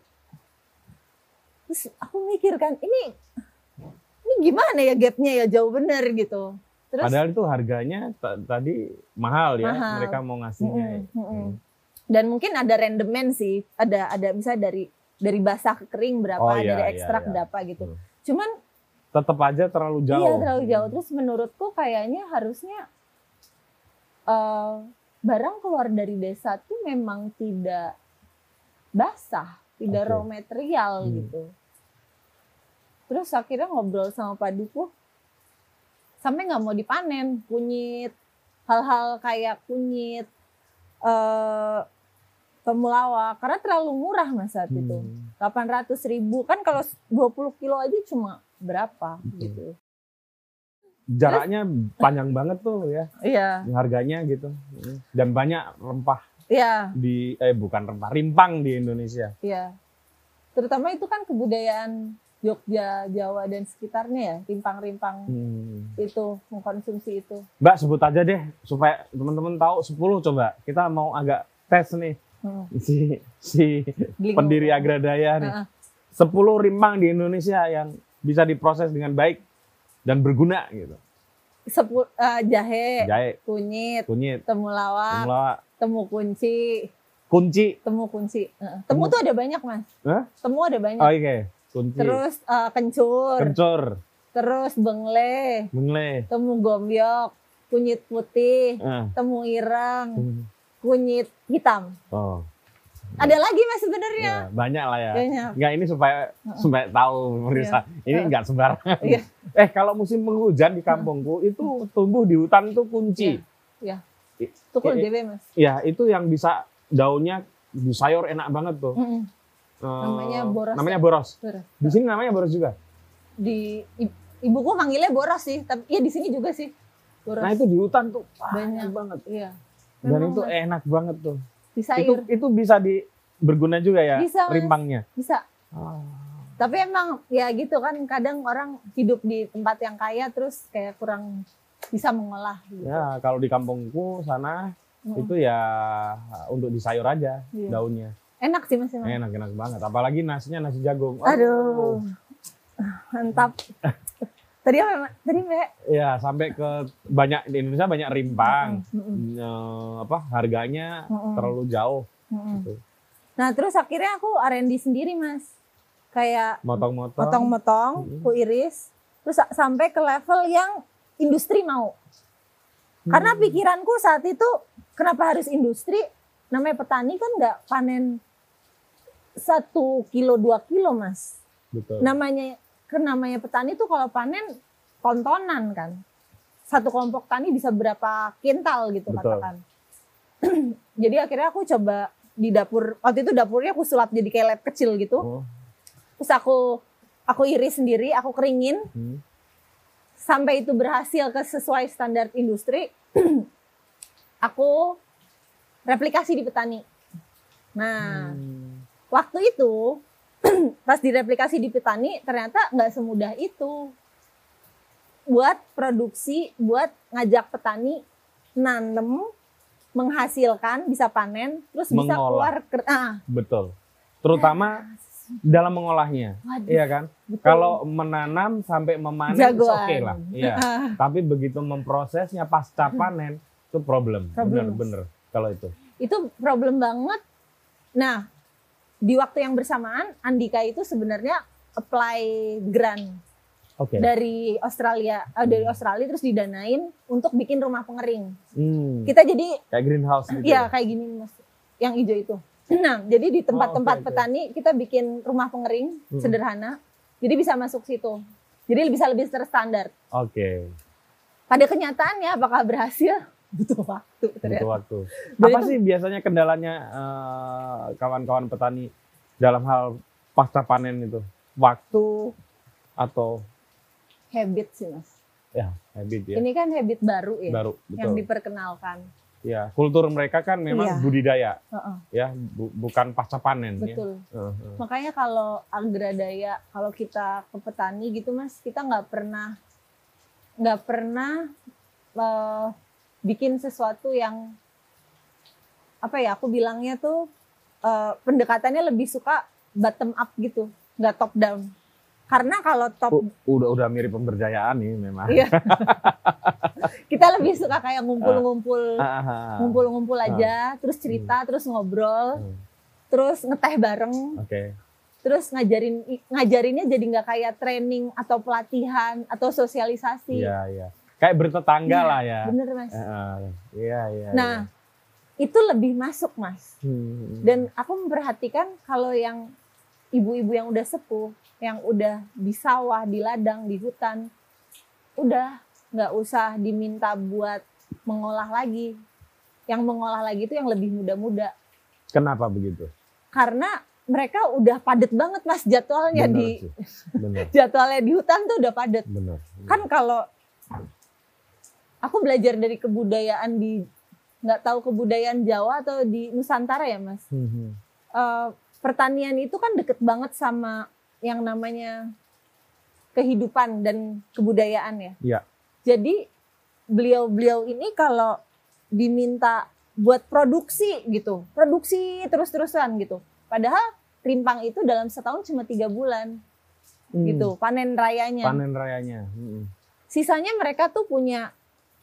Terus aku mikir kan, ini ini gimana ya gapnya ya jauh bener gitu. Terus, padahal itu harganya tadi mahal ya, mahal. Mereka mau ngasihnya. Mm-mm, mm-mm. Dan mungkin ada rendemen sih, ada ada misalnya dari dari basah ke kering berapa, oh, iya, dari ekstrak iya, iya. berapa gitu. Hmm. Cuman tetap aja terlalu jauh. Iya terlalu jauh. Terus menurutku kayaknya harusnya uh, barang keluar dari desa tuh memang tidak basah, tidak okay. raw material hmm. gitu. Terus akhirnya ngobrol sama Paduku, sampai nggak mau dipanen kunyit, hal-hal kayak kunyit, uh, temulawak, karena terlalu murah mas saat hmm. itu, delapan ratus ribu kan kalau dua puluh kilo aja cuma berapa hmm. gitu. Jaraknya terus, panjang banget tuh ya, iya. harganya gitu, dan banyak rempah. Iya. Di eh bukan rempah, rimpang di Indonesia. Iya. Terutama itu kan kebudayaan Jogja, Jawa dan sekitarnya ya, rimpang-rimpang hmm. itu mengkonsumsi itu. Mbak sebut aja deh supaya teman-teman tahu sepuluh coba. Kita mau agak tes nih. Hmm. Si si Bling pendiri Agradaya nih. Uh-uh. sepuluh rimpang di Indonesia yang bisa diproses dengan baik dan berguna gitu. Sepul, uh, jahe, jahe, kunyit, kunyit, temulawak, temulawak, temu kunci, kunci, temu kunci. Uh, temu, temu tuh ada banyak mas. Huh? Temu ada banyak. Oh iya. Okay. Kunci. Terus uh, kencur, kencur, terus bengle, bengle, temu gombyok, kunyit putih, uh. temu ireng, hmm. kunyit hitam. Oh. Ada lagi mas sebenarnya. Ya, banyak lah ya. Banyak. Enggak ini supaya uh-uh. supaya tahu pemirsa. Yeah. Ini enggak sembarangan. Yeah. Eh kalau musim penghujan di kampungku uh. itu tumbuh di hutan tuh kunci. Iya. Yeah. Yeah. Tukul dewe mas. Iya itu yang bisa daunnya disayur enak banget tuh. Uh-uh. Uh, namanya boros. Namanya boros. boros. Di sini namanya boros juga. Di ibuku manggilnya boros sih, tapi ya di sini juga sih. Boros. Nah itu di hutan tuh banyak banget. Iya. Dan itu mas. Enak banget tuh. Disayur. Itu, itu bisa di berguna juga ya bisa, rimpangnya. Bisa. Oh. Tapi emang ya gitu kan kadang orang hidup di tempat yang kaya terus kayak kurang bisa mengolah. Gitu. Ya kalau di kampungku sana hmm. itu ya untuk disayur aja iya. daunnya. Enak sih mas. Enak enak banget. Apalagi nasinya nasi jagung. Oh. Aduh, mantap. Tadi apa? Tadi mbak? Ya sampai ke banyak di Indonesia banyak rimpang. Mm-hmm. Uh, apa harganya mm-hmm. terlalu jauh. Mm-hmm. Gitu. Nah terus akhirnya aku R and D sendiri mas. Kayak motong-motong, motong-motong, mm-hmm. aku iris. Terus sampai ke level yang industri mau. Hmm. Karena pikiranku saat itu kenapa harus industri? Namanya petani kan nggak panen satu kilo dua kilo mas. Betul. Namanya ke namanya petani tuh kalau panen tontonan kan. Satu kelompok tani bisa berapa kintal gitu. Betul. Katakan. Jadi akhirnya aku coba di dapur, waktu itu dapurnya aku sulap jadi kayak lab kecil gitu. Oh. Terus aku aku iris sendiri, aku keringin. Hmm. Sampai itu berhasil ke sesuai standar industri. aku replikasi di petani. Nah, Hmm. waktu itu pas direplikasi di petani ternyata nggak semudah itu buat produksi, buat ngajak petani nanem, menghasilkan, bisa panen, terus bisa Mengolah. keluar. Ke, ah, Betul. Terutama dalam mengolahnya, waduh, iya kan? betul. Kalau menanam sampai memanen Jagoan. oke lah, iya. Tapi begitu memprosesnya pasca panen itu problem, Problem. bener-bener kalau itu. Itu problem banget. Nah, di waktu yang bersamaan Andika itu sebenarnya apply grant Oke. dari Australia, eh, dari Australia terus didanain untuk bikin rumah pengering. Hmm. Kita jadi Kayak greenhouse gitu. ya kayak gini Mas, yang hijau itu. Nah, jadi di tempat-tempat Oh, oke, oke. petani kita bikin rumah pengering Hmm. sederhana. Jadi bisa masuk situ. Jadi bisa lebih terstandar. Oke. Pada kenyataannya apakah berhasil? Butuh waktu Butuh ternyata. waktu. Dan Apa itu- sih biasanya kendalanya eh, kawan-kawan petani dalam hal pasca panen itu? Waktu atau Habit sih Mas. ya habit ya? Ini kan habit baru ya, Baru, yang betul. diperkenalkan. Ya, kultur mereka kan memang Iya. budidaya, Heeh, ya, bu- bukan pasca panen. betul. Ya. Heeh. Makanya kalau agradaya, kalau kita ke petani gitu Mas, kita nggak pernah nggak pernah eh, bikin sesuatu yang apa ya? Aku bilangnya tuh eh, pendekatannya lebih suka bottom up gitu, nggak top down. Karena kalau top U- udah udah mirip pemberdayaan nih memang. Iya. Kita lebih suka kayak ngumpul-ngumpul, Ah, ah, ah. ngumpul-ngumpul aja, terus cerita, terus ngobrol, Hmm. terus ngeteh bareng, Oke. terus ngajarin ngajarinnya jadi nggak kayak training atau pelatihan atau sosialisasi. Iya, iya. Kayak bertetangga Iya, lah ya. Bener Mas. Eh, eh, Iya, iya. Nah, itu lebih masuk Mas. iya. Hmm. Dan aku memperhatikan kalau yang ibu-ibu yang udah sepuh, yang udah di sawah, di ladang, di hutan, udah nggak usah diminta buat mengolah lagi. Yang mengolah lagi itu yang lebih muda-muda. Kenapa begitu? Karena mereka udah padet banget Mas jadwalnya Bener di sih. Bener, jadwalnya di hutan tuh udah padet. bener. Kan kalau aku belajar dari kebudayaan di nggak tahu kebudayaan Jawa atau di Nusantara ya Mas. Hmm, hmm. Eh, pertanian itu kan deket banget sama yang namanya kehidupan dan kebudayaan ya. Iya. Jadi beliau-beliau ini kalau diminta buat produksi gitu, produksi terus-terusan gitu. Padahal rimpang itu dalam setahun cuma tiga bulan Hmm. gitu, panen rayanya. Panen rayanya. Hmm. Sisanya mereka tuh punya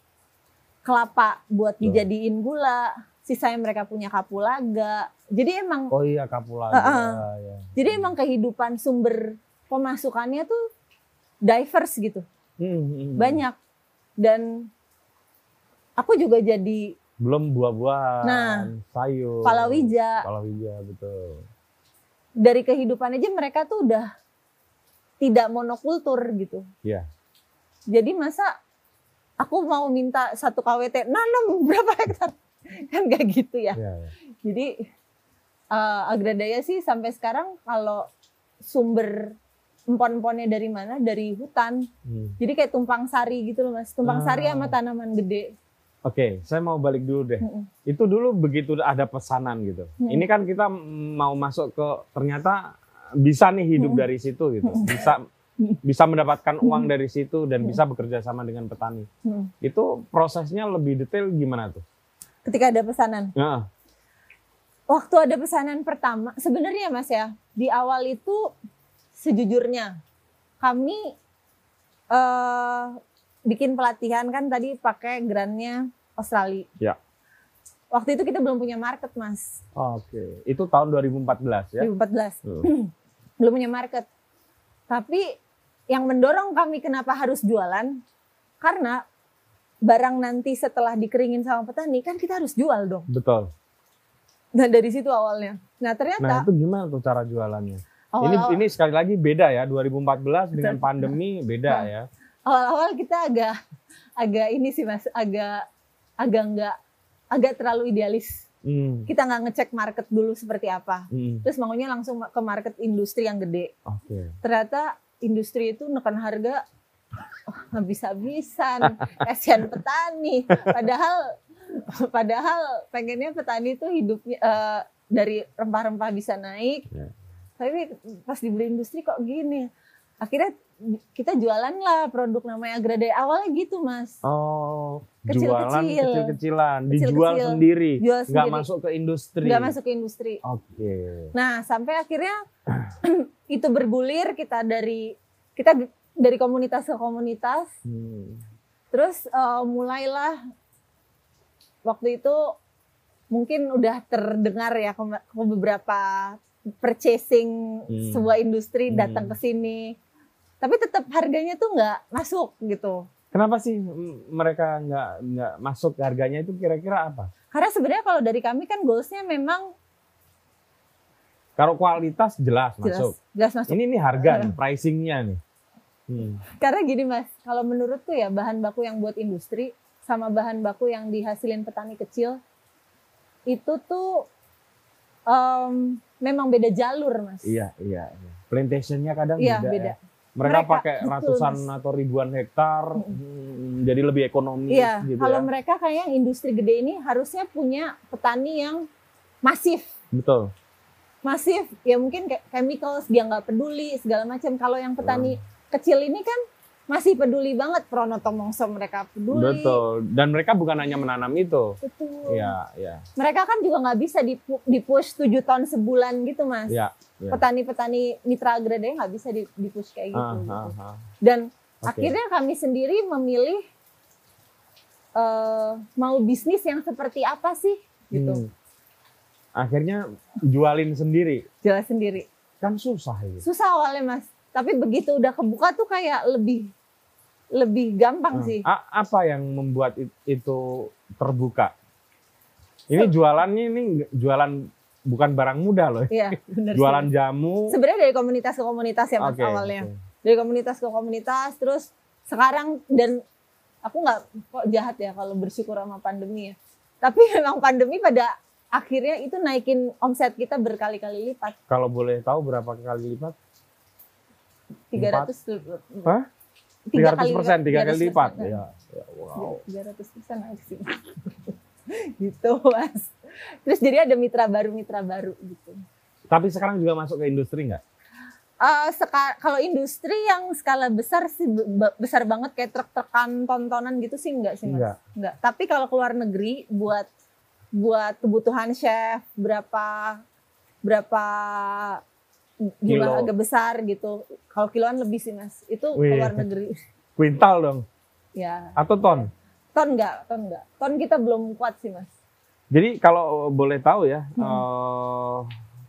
kelapa buat Betul. dijadiin gula, sisanya mereka punya kapulaga. Jadi emang Oh iya, kapulaga. Uh-uh. Ya. jadi emang kehidupan sumber pemasukannya tuh diverse gitu. Hmm, hmm. Banyak. Dan aku juga jadi Belum buah-buahan, Nah, sayur. palawija. Palawija, betul. Dari kehidupan aja mereka tuh udah tidak monokultur gitu. Iya. Jadi masa aku mau minta satu K W T nanam berapa hektar? Kan gak gitu ya. Iya, iya. Jadi eh, Agradaya sih sampai sekarang kalau sumber empon-emponnya dari mana? Dari hutan. Hmm. Jadi kayak tumpang sari gitu loh Mas. Tumpang sari Ah. sama tanaman gede. Oke, saya mau balik dulu deh. Mm-mm. Itu dulu begitu ada pesanan gitu. Hmm. Ini kan kita mau masuk ke ternyata bisa nih hidup Hmm. dari situ gitu. Bisa bisa mendapatkan uang dari situ dan bisa bekerja sama dengan petani. Hmm. Itu prosesnya lebih detail gimana tuh? Ketika ada pesanan. Nah, Waktu ada pesanan pertama, sebenarnya Mas ya, di awal itu sejujurnya kami eh, bikin pelatihan kan tadi pakai grantnya Australia. Ya. Waktu itu kita belum punya market Mas, oke. Itu tahun dua ribu empat belas ya? dua ribu empat belas. Hmm. Belum punya market. Tapi yang mendorong kami kenapa harus jualan, karena barang nanti setelah dikeringin sama petani kan kita harus jual dong. Betul. Nah dari situ awalnya. Nah ternyata Nah, itu gimana tuh cara jualannya? Ini awal-awal, ini sekali lagi beda ya, dua ribu empat belas dengan Betul. pandemi beda Nah. ya. awal-awal kita agak agak ini sih Mas, agak agak enggak agak terlalu idealis. Hmm. Kita nggak ngecek market dulu seperti apa. Hmm. Terus maunya langsung ke market industri yang gede. Oke. Ternyata industri itu neken harga oh, habis-habisan, kasihan petani. Padahal Padahal pengennya petani tuh hidupnya uh, dari rempah-rempah bisa naik. Yeah. Tapi pas dibeli industri kok gini. Akhirnya kita jualan lah produk namanya Agradaya. Awalnya gitu, Mas. Oh, kecil-kecil. Jualan kecil-kecilan, Kecil-kecil. dijual sendiri. Jual nggak sendiri. masuk ke industri. Nggak masuk ke industri. Oke. Okay. Nah, sampai akhirnya itu bergulir, kita dari kita dari komunitas ke komunitas. Hmm. Terus uh, mulailah waktu itu mungkin udah terdengar ya ke, ke beberapa purchasing hmm. sebuah industri datang hmm. ke sini. Tapi tetap harganya tuh nggak masuk gitu. Kenapa sih mereka nggak nggak masuk harganya itu kira-kira apa? Karena sebenarnya kalau dari kami kan goalsnya memang kalau kualitas jelas, jelas masuk. Jelas masuk. Ini nih harga, uh. nih, pricingnya nih. Hmm. Karena gini Mas, kalau menurut tuh ya bahan baku yang buat industri sama bahan baku yang dihasilin petani kecil itu tuh um, memang beda jalur Mas. Iya iya. iya. Plantationnya kadang iya, beda. beda. Ya. Mereka, mereka pakai betul, ratusan Mas. atau ribuan hektar, hmm. jadi lebih ekonomis. Iya, gitu kalau ya. mereka kayak yang industri gede ini harusnya punya petani yang masif. Betul. Masif, ya mungkin kayak chemicals dia nggak peduli segala macam. Kalau yang petani hmm. kecil ini kan masih peduli banget, Pronotomongso mereka peduli. Betul. Dan mereka bukan hanya menanam itu. Betul. Iya, iya. Mereka kan juga nggak bisa dipush tujuh ton sebulan gitu Mas. Iya. Ya. Petani-petani mitra Agradaya nggak bisa dipush kayak gitu. Ah, gitu. ah, ah. Dan okay. akhirnya kami sendiri memilih uh, mau bisnis yang seperti apa sih gitu. Hmm. Akhirnya jualin sendiri. Jual sendiri. Kan susah ya. Susah awalnya Mas. Tapi begitu udah kebuka tuh kayak lebih lebih gampang nah, sih. A- apa yang membuat itu terbuka? Ini jualannya ini jualan bukan barang mudah loh. Iya, benar. Jualan sih. Jamu. Sebenarnya dari komunitas ke komunitas ya Mas okay, awalnya. Okay. Dari komunitas ke komunitas terus sekarang dan aku nggak kok jahat ya kalau bersyukur sama pandemi ya. Tapi memang pandemi pada akhirnya itu naikin omset kita berkali-kali lipat. Kalau boleh tahu berapa kali lipat? tiga ratus. Hah? tiga ratus persen, tiga kali lipat. Ya, ya, wow. tiga ratus persen naik sih. Gitu Mas. Terus jadi ada mitra baru, mitra baru gitu. Tapi sekarang juga masuk ke industri nggak? Uh, seka- kalau industri yang skala besar sih be- besar banget kayak truk-trukan tontonan gitu sih enggak sih Mas. Enggak. Enggak. Tapi kalau keluar negeri buat buat kebutuhan chef berapa berapa jumlah Kilo. Agak besar gitu. Kalau kiloan lebih sih Mas. Itu Wih. Keluar negeri. Kuintal dong. Ya. Atau ton? Ton enggak, ton enggak. Ton kita belum kuat sih Mas. Jadi kalau boleh tahu ya, hmm. uh,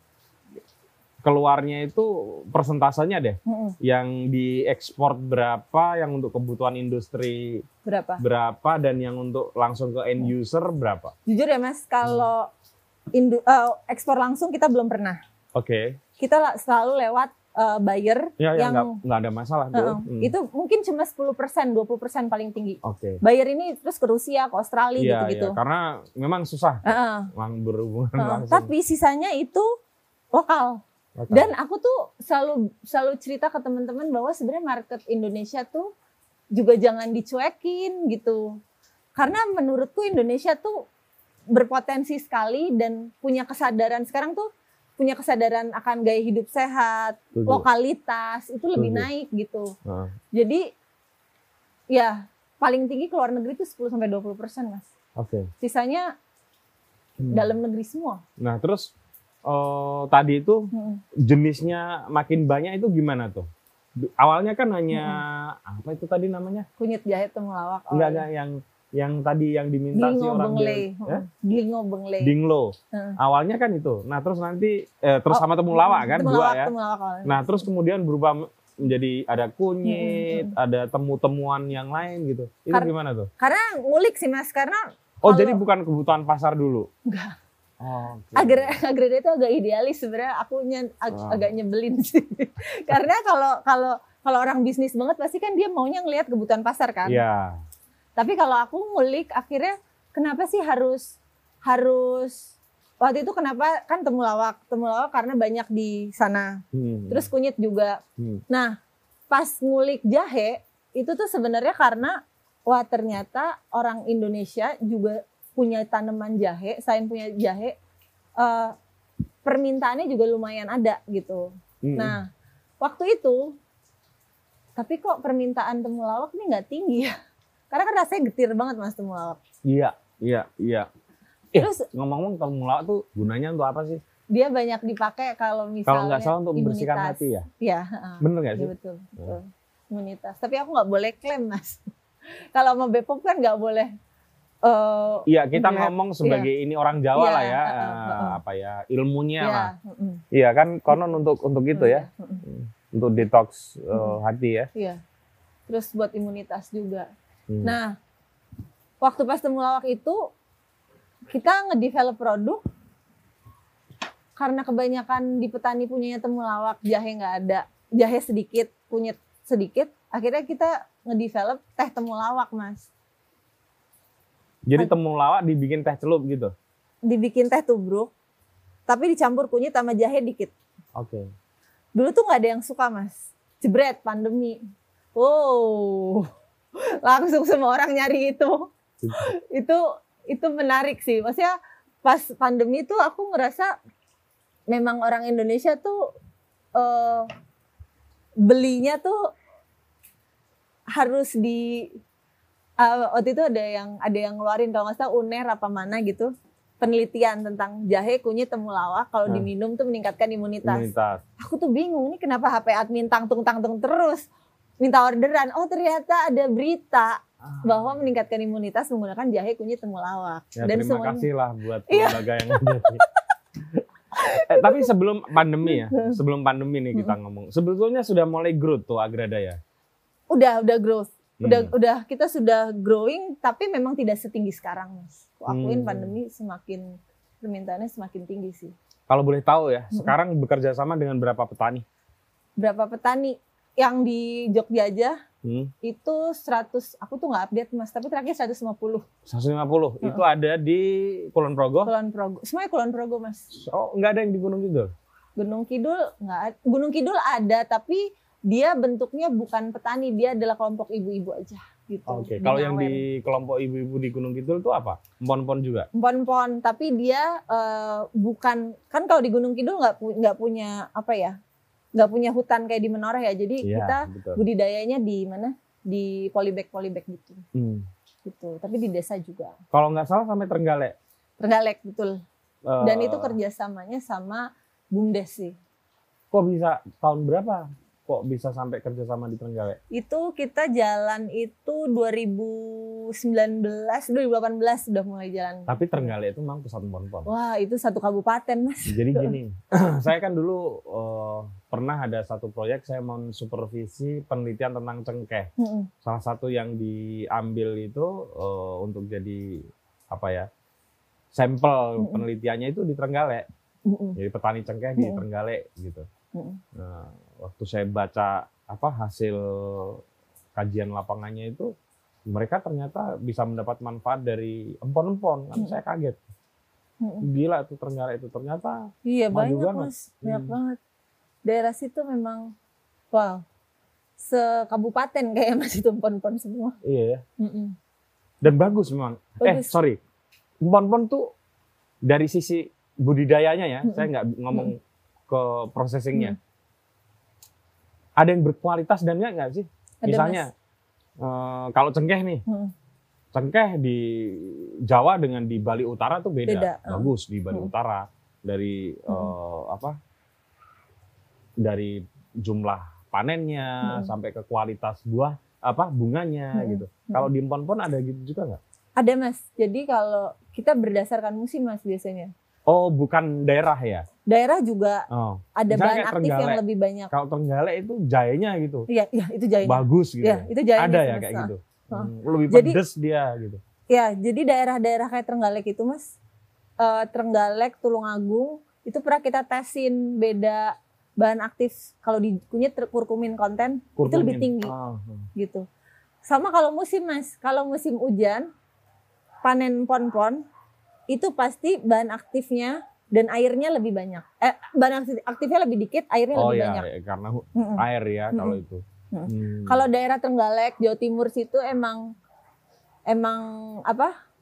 keluarnya itu persentasenya deh. Hmm. Yang diekspor berapa, yang untuk kebutuhan industri berapa? Berapa, dan yang untuk langsung ke end user berapa? Jujur ya Mas, kalau hmm. indu- uh, ekspor langsung kita belum pernah. Oke. Okay. Kita selalu lewat uh, buyer ya, yang ya, nggak ada masalah tuh. Uh, hmm. Itu mungkin cuma sepuluh persen, dua puluh persen paling tinggi. Oke. Okay. Buyer ini terus ke Rusia, ke Australia ya, gitu-gitu. Ya, karena memang susah uh, berhubungan uh, langsung. Tapi sisanya itu lokal. lokal. Dan aku tuh selalu selalu cerita ke teman-teman bahwa sebenarnya market Indonesia tuh juga jangan dicuekin gitu. Karena menurutku Indonesia tuh berpotensi sekali dan punya kesadaran sekarang tuh punya kesadaran akan gaya hidup sehat, Tujuh. lokalitas itu lebih Tujuh. naik gitu. Uh. Jadi ya paling tinggi ke luar negeri itu sepuluh sampai dua puluh persen Mas. Oke. Okay. Sisanya hmm. dalam negeri semua. Nah, terus uh, tadi itu hmm. jenisnya makin banyak itu gimana tuh? Awalnya kan hanya hmm. apa itu tadi namanya? Kunyit jahe temulawak. Enggak, enggak yang yang tadi yang diminta si orang dia, ya? Dinglo bengle. Dinglo. Hmm. Awalnya kan itu. Nah, terus nanti eh, terus oh, sama temulawak kan temulawak, dua ya. Temulawak, nah, terus kemudian berubah menjadi ada kunyit, hmm, hmm. ada temu-temuan yang lain gitu. Itu Kar- gimana tuh? Karena ngulik sih Mas, karena Oh, kalau... jadi bukan kebutuhan pasar dulu. Enggak. Oh, okay. Agra Agradaya itu agak idealis sebenarnya, akunya ag- oh. agak nyebelin sih. Karena kalau kalau kalau orang bisnis banget pasti kan dia maunya ngelihat kebutuhan pasar kan. Iya. Yeah. Tapi kalau aku ngulik akhirnya kenapa sih harus harus waktu itu kenapa kan temulawak temulawak karena banyak di sana. Hmm. Terus kunyit juga. Hmm. Nah, pas ngulik jahe itu tuh sebenarnya karena wah ternyata orang Indonesia juga punya tanaman jahe, selain punya jahe, uh, permintaannya juga lumayan ada gitu. Hmm. Nah, waktu itu, tapi kok permintaan temulawak ini nggak tinggi ya? Karena kan rasanya getir banget mas temulawak. Iya, iya, iya. Terus eh, ngomong-ngomong temulawak tuh gunanya untuk apa sih? Dia banyak dipakai kalau misalnya kalau nggak salah untuk membersihkan hati ya? Iya. Bener nggak sih? Ya, betul, betul. Hmm. Imunitas. Tapi aku nggak boleh klaim mas. Kalau sama Bepom kan nggak boleh. Uh, iya, kita enggak, ngomong sebagai iya. ini orang Jawa iya, lah ya, uh, uh, uh, apa ya ilmunya iya, lah. Uh, uh. Iya kan, konon untuk untuk itu uh, ya, uh, uh. untuk detox uh, uh. hati ya. Iya. Terus buat imunitas juga. Hmm. Nah, waktu pas temulawak itu kita ngedevelop produk karena kebanyakan di petani punyanya temulawak, jahe nggak ada, jahe sedikit, kunyit sedikit, akhirnya kita ngedevelop teh temulawak mas. Jadi temulawak dibikin teh celup gitu? Dibikin teh tubruk, tapi dicampur kunyit sama jahe dikit. Oke. Okay. Dulu tuh nggak ada yang suka mas. Jebret pandemi. Wow, langsung semua orang nyari itu. itu itu menarik sih. Maksudnya pas pandemi tuh aku ngerasa memang orang Indonesia tuh uh, belinya tuh harus di Uh, waktu itu ada yang ada yang ngeluarin kalau nggak salah U N E R apa mana gitu penelitian tentang jahe kunyit temulawak kalau nah. diminum tuh meningkatkan imunitas. imunitas. Aku tuh bingung ini kenapa H P admin tangtung tangtung terus minta orderan. Oh ternyata ada berita ah. bahwa meningkatkan imunitas menggunakan jahe kunyit temulawak. Ya, dan terima semuanya... kasih lah buat lembaga yang ada. eh, tapi sebelum pandemi ya, sebelum pandemi nih kita ngomong. Sebetulnya sudah mulai growth tuh Agradaya. Udah udah growth. Udah, hmm. udah kita sudah growing, tapi memang tidak setinggi sekarang, mas. Aku akuin hmm. pandemi semakin permintaannya semakin tinggi sih. Kalau boleh tahu ya, hmm. sekarang bekerja sama dengan berapa petani? Berapa petani? Yang di Jogja aja hmm. itu seratus. Aku tuh nggak update mas, tapi terakhir seratus lima puluh. seratus lima puluh hmm. itu ada di Kulon Progo? Kulon Progo, semuanya Kulon Progo mas. Oh, nggak ada yang di Gunung Kidul? Gunung Kidul nggak. Gunung Kidul ada, tapi dia bentuknya bukan petani, dia adalah kelompok ibu-ibu aja gitu. Oke, okay. Kalau yang di kelompok ibu-ibu di Gunung Kidul itu apa? Empon-empon juga? Empon-empon, tapi dia uh, bukan, kan kalau di Gunung Kidul nggak pu nggak punya apa ya, nggak punya hutan kayak di Menoreh ya. Jadi ya, kita betul. budidayanya di mana? Di polybag-polybag gitu. Hmm. Gitu. Tapi di desa juga. Kalau nggak salah sampai Trenggalek. Trenggalek betul. Uh, Dan itu kerjasamanya sama BUMDes sih. Kok bisa tahun berapa? Kok bisa sampai kerja sama di Trenggalek? Itu kita jalan itu dua ribu sembilan belas, dua ribu delapan belas sudah mulai jalan. Tapi Trenggalek itu memang pusat empon-empon. Wah, itu satu kabupaten, Mas. Jadi gini, saya kan dulu uh, pernah ada satu proyek saya mau supervisi penelitian tentang cengkeh. Mm-hmm. Salah satu yang diambil itu uh, untuk jadi apa ya? Sampel mm-hmm. penelitiannya itu di Trenggalek. Mm-hmm. Jadi petani cengkeh mm-hmm. di Trenggalek gitu. Mm-hmm. Nah, waktu saya baca apa hasil kajian lapangannya itu, mereka ternyata bisa mendapat manfaat dari empon-empon. Kan hmm. saya kaget. Hmm. Gila itu Trenggalek itu ternyata. Iya banyak banget. Mas, banyak hmm. banget. Daerah situ memang wow. Sekabupaten kayak masih itu empon-empon semua. Iya ya. Hmm. Dan bagus memang. Bagus. Eh sorry, empon-empon tuh dari sisi budidayanya ya, hmm. saya nggak ngomong hmm. ke processingnya. Hmm. Ada yang berkualitas dan enggak nggak sih? Ada, misalnya uh, kalau cengkeh nih, hmm. cengkeh di Jawa dengan di Bali Utara tuh beda. beda. Bagus di Bali hmm. Utara dari hmm. uh, apa? Dari jumlah panennya hmm. sampai ke kualitas buah apa bunganya hmm. gitu. Hmm. Kalau di empon-empon ada gitu juga nggak? Ada mas. Jadi kalau kita berdasarkan musim mas biasanya. Oh, bukan daerah ya? Daerah juga oh. ada misalnya bahan aktif yang lebih banyak. Kalau Trenggalek itu jahenya gitu. Iya, iya itu jahenya. Bagus gitu. Iya, itu jahenya. Ada ya kayak gitu. Hmm. Lebih pedes dia gitu. Iya, jadi daerah-daerah kayak Trenggalek itu Mas, uh, Trenggalek, Tulungagung itu pernah kita tesin beda bahan aktif. Kalau di kunyit kurkumin konten kurkumin. Itu lebih tinggi. Oh. Gitu. Sama kalau musim Mas, kalau musim hujan panen pon-pon itu pasti bahan aktifnya dan airnya lebih banyak. Eh, bahan aktifnya lebih dikit, airnya oh, lebih ya, banyak. Ya, karena mm-mm. air ya mm-mm. kalau itu. Hmm. Kalau daerah Trenggalek, Jawa Timur situ emang emang apa?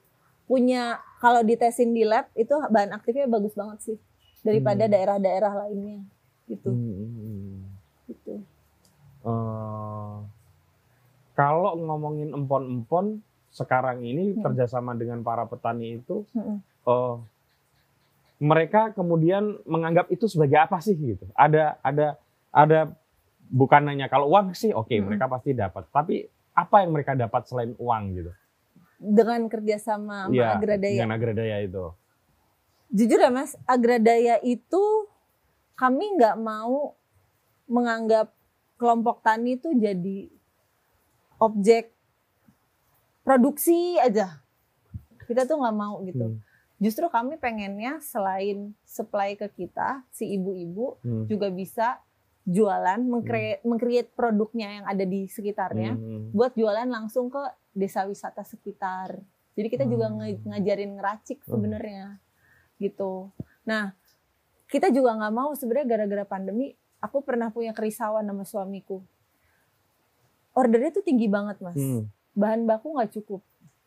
punya, kalau ditesin di lab itu bahan aktifnya bagus banget sih daripada hmm. daerah-daerah lainnya gitu. Hmm. Gitu. Uh, kalau ngomongin empon-empon sekarang ini hmm. kerjasama dengan para petani itu, hmm. uh, mereka kemudian menganggap itu sebagai apa sih gitu? Ada ada ada bukan hanya kalau uang sih, oke okay, hmm. mereka pasti dapat. Tapi apa yang mereka dapat selain uang gitu? Dengan kerjasama sama ya, Agradaya. Dengan Agradaya itu. Jujur ya Mas, Agradaya itu kami nggak mau menganggap kelompok tani itu jadi objek produksi aja. Kita tuh nggak mau gitu. Hmm. Justru kami pengennya selain supply ke kita, si ibu-ibu hmm. juga bisa jualan, mengcreate, hmm. mengcreate produknya yang ada di sekitarnya, hmm. buat jualan langsung ke desa wisata sekitar. Jadi kita hmm. juga ngajarin ngeracik sebenarnya, hmm. gitu. Nah, kita juga nggak mau sebenarnya gara-gara pandemi. Aku pernah punya kerisauan sama suamiku. Ordernya tuh tinggi banget Mas, hmm. bahan baku nggak cukup.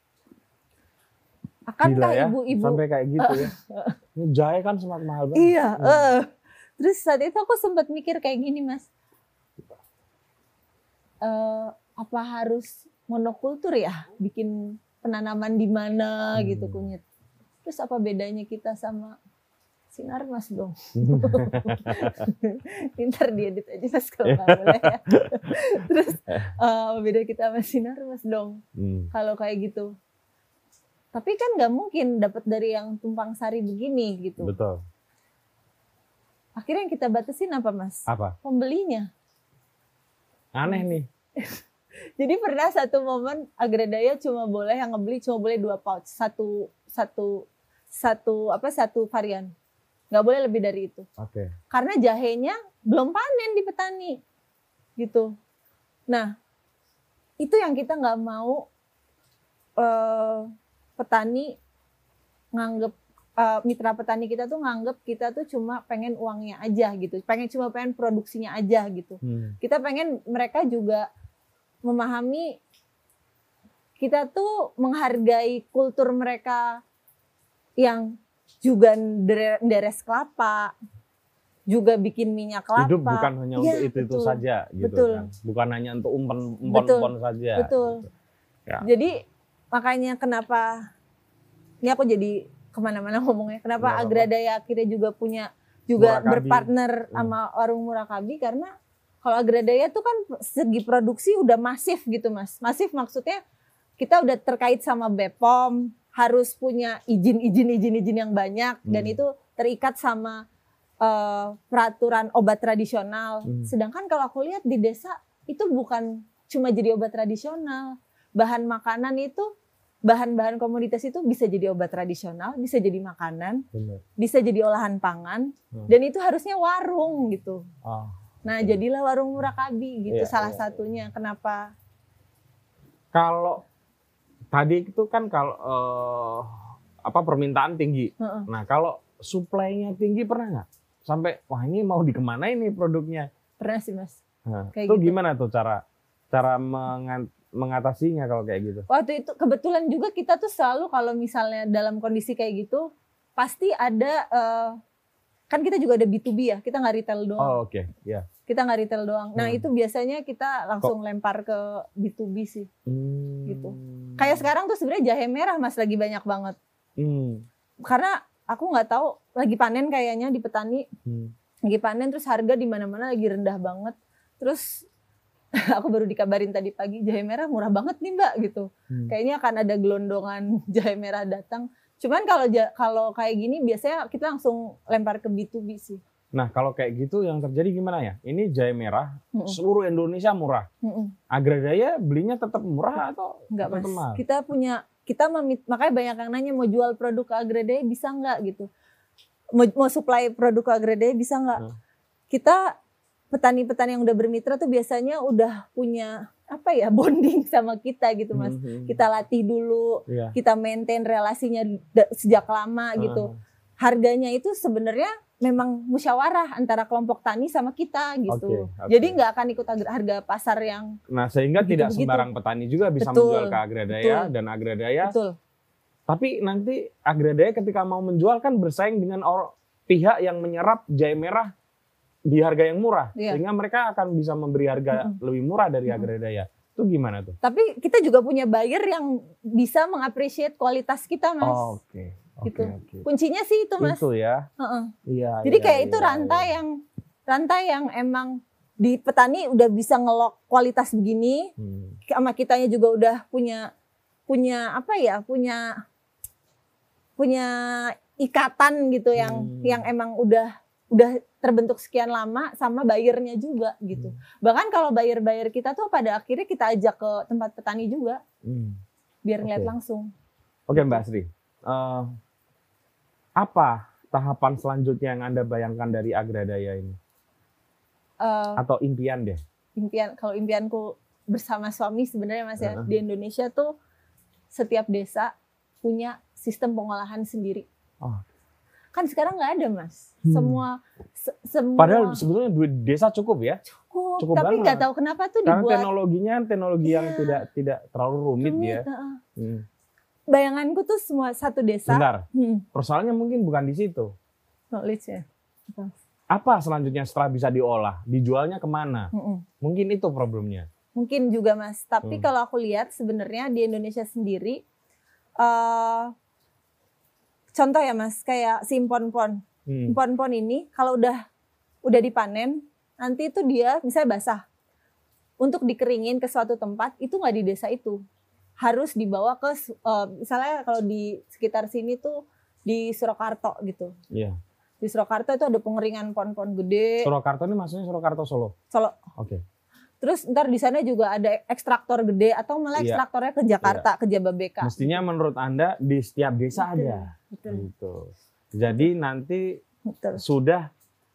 Akankah ya, ibu-ibu sampai kayak gitu ya? Ini jahe kan semakin mahal banget. Iya. Hmm. Uh, terus saat itu aku sempat mikir kayak gini Mas. Uh, apa harus monokultur ya, bikin penanaman di mana hmm. gitu kunyit. Terus apa bedanya kita sama Sinarmas dong? Pintar diedit aja Mas kalau nggak boleh ya. Terus uh, beda kita sama Sinarmas dong. Hmm. Kalau kayak gitu. Tapi kan nggak mungkin dapat dari yang tumpang sari begini gitu. Betul. Akhirnya yang kita batasin apa Mas? Apa? Pembelinya. Aneh nih. Jadi pernah satu momen Agradaya cuma boleh yang ngebeli cuma boleh dua pouch, satu satu satu apa satu varian, nggak boleh lebih dari itu. Oke. Okay. Karena jahenya belum panen di petani, gitu. Nah itu yang kita nggak mau uh, petani nganggep uh, mitra petani kita tuh nganggep kita tuh cuma pengen uangnya aja gitu, pengen cuma pengen produksinya aja gitu. Hmm. Kita pengen mereka juga memahami kita tuh menghargai kultur mereka yang juga deres kelapa, juga bikin minyak kelapa. Hidup bukan hanya ya, untuk itu itu saja, gitu betul. Kan. Bukan hanya untuk umpan-umpan saja. Betul. Gitu. Ya. Jadi makanya kenapa ini aku jadi kemana-mana ngomongnya. Kenapa ya, Agradaya akhirnya juga punya juga Murakabi. Berpartner hmm. sama Warung Murakabi karena kalau Agradaya tuh kan segi produksi udah masif gitu Mas. Masif maksudnya kita udah terkait sama B P O M, harus punya izin-izin izin-izin yang banyak hmm. dan itu terikat sama uh, peraturan obat tradisional. Hmm. Sedangkan kalau aku lihat di desa itu bukan cuma jadi obat tradisional. Bahan makanan itu, bahan-bahan komoditas itu bisa jadi obat tradisional, bisa jadi makanan, benar. Bisa jadi olahan pangan hmm. dan itu harusnya warung gitu. Oh. Nah, jadilah Warung Murakabi gitu, ya, salah ya, satunya. Ya. Kenapa? Kalau tadi itu kan kalau uh, apa permintaan tinggi. Uh-uh. Nah, kalau suplainya tinggi pernah nggak? Sampai wah ini mau dikemanain nih produknya? Pernah sih Mas. Nah, itu gitu. Gimana tuh cara cara mengat, mengatasinya kalau kayak gitu? Waktu itu kebetulan juga kita tuh selalu kalau misalnya dalam kondisi kayak gitu pasti ada uh, kan kita juga ada B to B ya, kita nggak retail doang. Oh, oke, okay. Ya. Yeah. Kita nggak retail doang. Nah hmm. itu biasanya kita langsung Kok? lempar ke B to B sih, hmm. gitu. Kayak sekarang tuh sebenarnya jahe merah Mas lagi banyak banget. Hmm. Karena aku nggak tahu lagi panen kayaknya di petani, hmm. lagi panen terus harga di mana-mana lagi rendah banget. Terus aku baru dikabarin tadi pagi jahe merah murah banget nih Mbak gitu. Hmm. Kayaknya akan ada gelondongan jahe merah datang. Cuman kalau kalau kayak gini biasanya kita langsung lempar ke B to B sih. Nah kalau kayak gitu yang terjadi gimana ya? Ini jahe merah mm-mm. seluruh Indonesia murah. Mm-mm. Agradaya belinya tetap murah atau enggak Mas? Mahal? Kita punya kita memit, makanya banyak yang nanya mau jual produk ke Agradaya bisa nggak gitu? Mau, mau supply produk ke Agradaya bisa nggak? Hmm. Kita petani-petani yang udah bermitra tuh biasanya udah punya apa ya bonding sama kita gitu Mas. Mm-hmm. Kita latih dulu, yeah. kita maintain relasinya da- sejak lama gitu. Uh-huh. Harganya itu sebenarnya memang musyawarah antara kelompok tani sama kita gitu. Okay, okay. Jadi nggak akan ikut harga pasar yang. Nah sehingga begitu, tidak sembarang begitu. Petani juga bisa betul, menjual ke Agradaya betul, dan Agradaya. Betul. Tapi nanti Agradaya ketika mau menjual kan bersaing dengan or, pihak yang menyerap jahe merah di harga yang murah. Yeah. Sehingga mereka akan bisa memberi harga mm-hmm. lebih murah dari mm-hmm. Agradaya. Itu gimana tuh? Tapi kita juga punya buyer yang bisa mengapresiasi kualitas kita, Mas. Oh, oke. Okay. Gitu. Okay, okay. Kuncinya sih itu, Mas. Itu ya. Uh-uh. Iya. Jadi iya, kayak iya, itu rantai iya. yang rantai yang emang di petani udah bisa ngelok kualitas begini, hmm. sama kitanya juga udah punya punya apa ya, punya punya ikatan gitu yang hmm. yang emang udah udah terbentuk sekian lama sama bayarnya juga gitu. Hmm. Bahkan kalau buyer-buyer kita tuh pada akhirnya kita ajak ke tempat petani juga, hmm. biar ngeliat okay. langsung. Oke okay, Mbak Asri, uh, apa tahapan selanjutnya yang Anda bayangkan dari Agradaya ini? Uh, Atau impian deh? Impian, kalau impianku bersama suami sebenarnya Mas ya, uh-huh. di Indonesia tuh setiap desa punya sistem pengolahan sendiri. Oh. Kan sekarang nggak ada Mas. Hmm. Semua, se- semua. Padahal sebetulnya duit desa cukup ya. Cukup. cukup tapi nggak tahu kenapa tuh Karena dibuat. teknologinya teknologi yeah. yang tidak tidak terlalu rumit, rumit ya. Uh-uh. Hmm. Bayanganku tuh semua satu desa. Benar. Hmm. Persoalannya mungkin bukan di situ. Knowledge ya. Betul. Apa selanjutnya setelah bisa diolah? Dijualnya kemana? Mm-mm. Mungkin itu problemnya. Mungkin juga Mas. Tapi hmm. kalau aku lihat sebenarnya di Indonesia sendiri, uh, contoh ya Mas, kayak si empon-empon. Hmm. Empon-empon ini kalau udah udah dipanen, nanti itu dia misalnya basah. Untuk dikeringin ke suatu tempat, itu nggak di desa itu. Harus dibawa ke, uh, misalnya kalau di sekitar sini tuh di Surakarta gitu. Iya. Yeah. Di Surakarta itu ada pengeringan pohon-pohon gede. Surakarta ini maksudnya Surakarta Solo? Solo. Oke. Okay. Terus ntar di sana juga ada ekstraktor gede atau malah ekstraktornya ke Jakarta, iya. ke Jababeka. Mestinya menurut Anda di setiap desa betul, ada. Betul. Gitu. Jadi nanti betul. sudah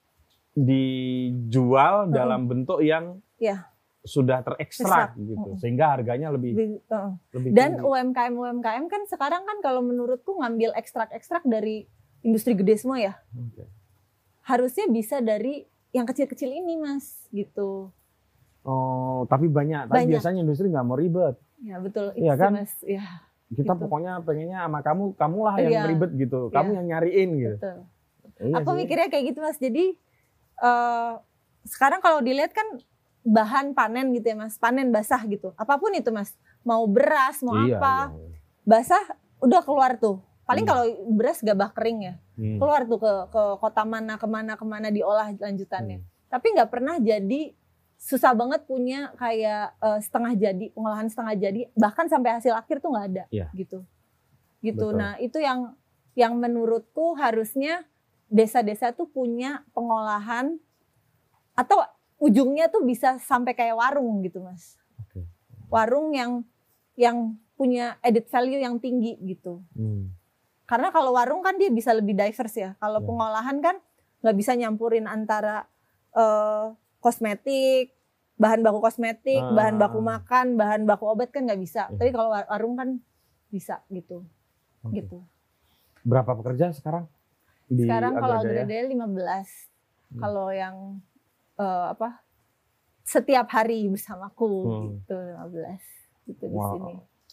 dijual hmm. dalam bentuk yang ya. sudah terekstrak Ekstrak. gitu. Hmm. Sehingga harganya lebih, lebih, uh. lebih Dan tinggi. U M K M U M K M kan sekarang kan kalau menurutku ngambil ekstrak-ekstrak dari industri gede semua ya. Okay. Harusnya bisa dari yang kecil-kecil ini Mas, gitu. Oh, tapi banyak. Tapi banyak. Biasanya industri nggak mau ribet. Ya betul. Iya kan? Mas. Ya, kita gitu. Pokoknya pengennya sama kamu, kamulah yang ya. ribet gitu. Kamu ya. yang nyariin gitu. Betul. Iya Aku sih. mikirnya kayak gitu Mas. Jadi uh, sekarang kalau dilihat kan bahan panen gitu ya Mas. Panen basah gitu. Apapun itu Mas. Mau beras, mau iya, apa. Iya, iya. Basah udah keluar tuh. Paling hmm. kalau beras gabah kering ya. Hmm. Keluar tuh ke, ke kota mana, kemana, kemana diolah lanjutannya. Hmm. Tapi nggak pernah jadi susah banget punya kayak uh, setengah jadi, pengolahan setengah jadi, bahkan sampai hasil akhir tuh nggak ada, ya. gitu, gitu. Betul. Nah itu yang yang menurutku harusnya desa-desa tuh punya pengolahan atau ujungnya tuh bisa sampai kayak warung gitu Mas, okay. warung yang yang punya added value yang tinggi gitu. Hmm. Karena kalau warung kan dia bisa lebih diverse ya, kalau ya. pengolahan kan nggak bisa nyampurin antara uh, kosmetik, bahan baku kosmetik, ah. bahan baku makan, bahan baku obat kan nggak bisa. Ya. Tapi kalau warung kan bisa gitu, okay. gitu. Berapa pekerja sekarang? Di sekarang kalau Agradaya lima belas. Hmm. Kalau yang uh, apa? Setiap hari bersamaku hmm. gitu lima belas gitu wow. di sini.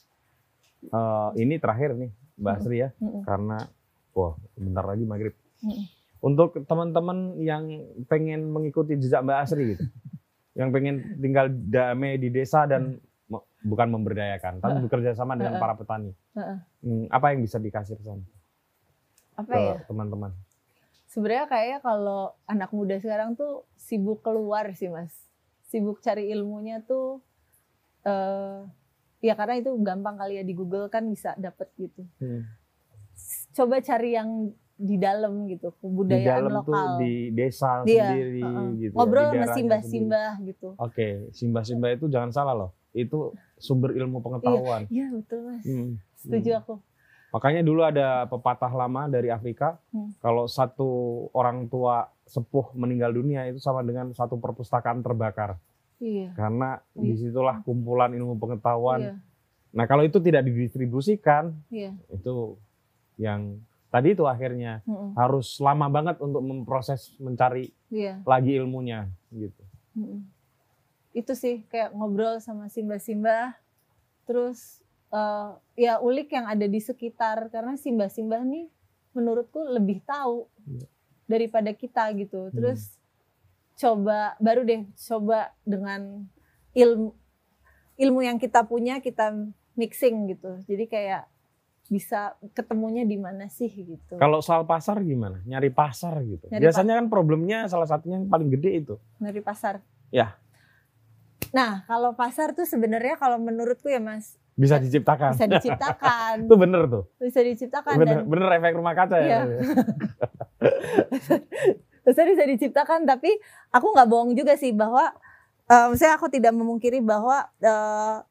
Uh, ini terakhir nih Mbak hmm. Asri ya, hmm. karena wah bentar lagi maghrib. Hmm. Untuk teman-teman yang pengen mengikuti jejak Mbak Asri gitu, yang pengen tinggal damai di desa dan uh. bukan memberdayakan, tapi uh. bekerja sama dengan uh. para petani, uh. Hmm, apa yang bisa dikasih pesan apa ke ya? teman-teman? Sebenarnya kayaknya kalau anak muda sekarang tuh sibuk keluar sih Mas, sibuk cari ilmunya tuh, uh, ya karena itu gampang kali ya di Google kan bisa dapet gitu. Hmm. Coba cari yang di dalam gitu, kebudayaan di dalam lokal. Tuh di desa dia, sendiri uh-uh. gitu. Ngobrol ya, sama simbah-simbah gitu. Oke, okay. simbah-simbah itu jangan salah loh. Itu sumber ilmu pengetahuan. Iya, iya betul Mas. Hmm. Setuju hmm. aku. Makanya dulu ada pepatah lama dari Afrika, hmm. kalau satu orang tua sepuh meninggal dunia itu sama dengan satu perpustakaan terbakar. Iya. Karena iya. disitulah kumpulan ilmu pengetahuan. Iya. Nah kalau itu tidak didistribusikan, iya. itu yang tadi itu akhirnya mm-mm. harus lama banget untuk memproses mencari yeah. lagi ilmunya gitu. Mm-mm. Itu sih kayak ngobrol sama simbah-simbah, terus uh, ya ulik yang ada di sekitar, karena simbah-simbah nih menurutku lebih tahu yeah. daripada kita gitu. Terus hmm. coba baru deh coba dengan ilmu ilmu yang kita punya kita mixing gitu. Jadi kayak bisa ketemunya di mana sih gitu. Kalau soal pasar gimana? Nyari pasar gitu. Nyari Biasanya pa- kan problemnya salah satunya yang paling gede itu. Nyari pasar. Ya. Nah, kalau pasar tuh sebenarnya kalau menurutku ya Mas. Bisa diciptakan. Bisa diciptakan. Itu bener tuh. Bisa diciptakan. Bener, dan, bener efek rumah kaca ya. Pasar bisa diciptakan, tapi aku nggak bohong juga sih bahwa, uh, misalnya aku tidak memungkiri bahwa uh,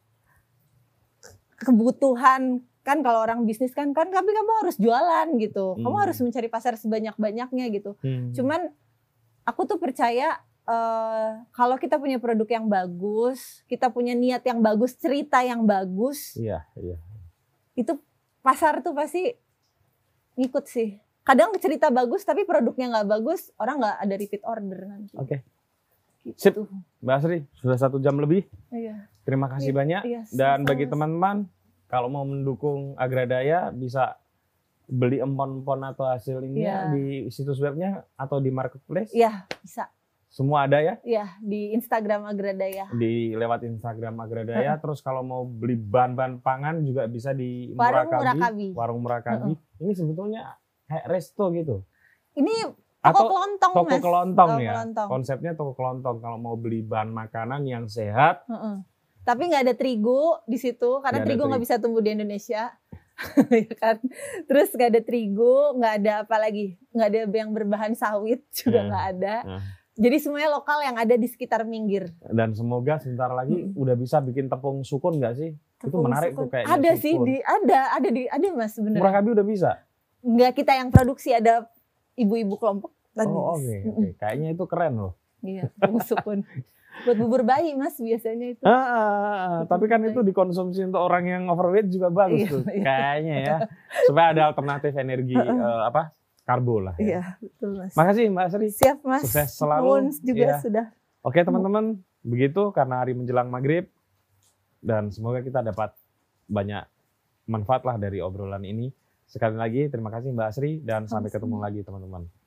kebutuhan kan kalau orang bisnis kan kan tapi kamu harus jualan gitu, hmm. kamu harus mencari pasar sebanyak-banyaknya gitu. Hmm. Cuman aku tuh percaya uh, kalau kita punya produk yang bagus, kita punya niat yang bagus, cerita yang bagus, iya, iya. itu pasar tuh pasti ngikut sih. Kadang cerita bagus tapi produknya nggak bagus, orang nggak ada repeat order nanti. Oke. Gitu. Sip, Mbak Asri sudah satu jam lebih. Iya. Terima kasih iya, banyak. Iya, Dan bagi teman-teman, kalau mau mendukung Agradaya bisa beli empon-empon atau hasil ini ya. Di situs webnya atau di marketplace. Iya, bisa. Semua ada ya? Iya, di Instagram Agradaya. Di lewat Instagram Agradaya. Uh-uh. Terus kalau mau beli bahan-bahan pangan juga bisa di Warung Murakabi. Murakabi. Warung Murakabi. Uh-uh. Ini sebetulnya kayak resto gitu. Ini toko atau kelontong, toko Mas. kelontong toko ya. Kelontong. Konsepnya toko kelontong kalau mau beli bahan makanan yang sehat. Uh-uh. Tapi nggak ada terigu di situ karena gak terigu nggak bisa tumbuh di Indonesia, ya kan. Terus nggak ada terigu, nggak ada apa lagi, nggak ada yang berbahan sawit juga nggak yeah. ada. Yeah. Jadi semuanya lokal yang ada di sekitar Minggir. Dan semoga sebentar lagi hmm. udah bisa bikin tepung sukun nggak sih? Tepung itu menarik sukun. Tuh kayaknya. Ada sukun. sih, di, ada, ada di, ada Mas sebenarnya. Murakabi udah bisa? Nggak kita yang produksi, ada ibu-ibu kelompok. Oh oke, okay, okay. Kayaknya itu keren loh. Iya, tepung sukun. Buat bubur bayi Mas biasanya itu. Ah, ah, ah. Tapi kan bayi. Itu dikonsumsi untuk orang yang overweight juga bagus iya, tuh. Iya. Kayaknya ya. Supaya ada alternatif energi uh, apa? Karbo lah. Ya. Iya, betul Mas. Makasih Mbak Asri. Siap Mas. Sukses selalu. Mohon juga ya. Sudah. Oke teman-teman, begitu karena hari menjelang maghrib. Dan semoga kita dapat banyak manfaat lah dari obrolan ini. Sekali lagi terima kasih Mbak Asri dan sampai ketemu lagi teman-teman.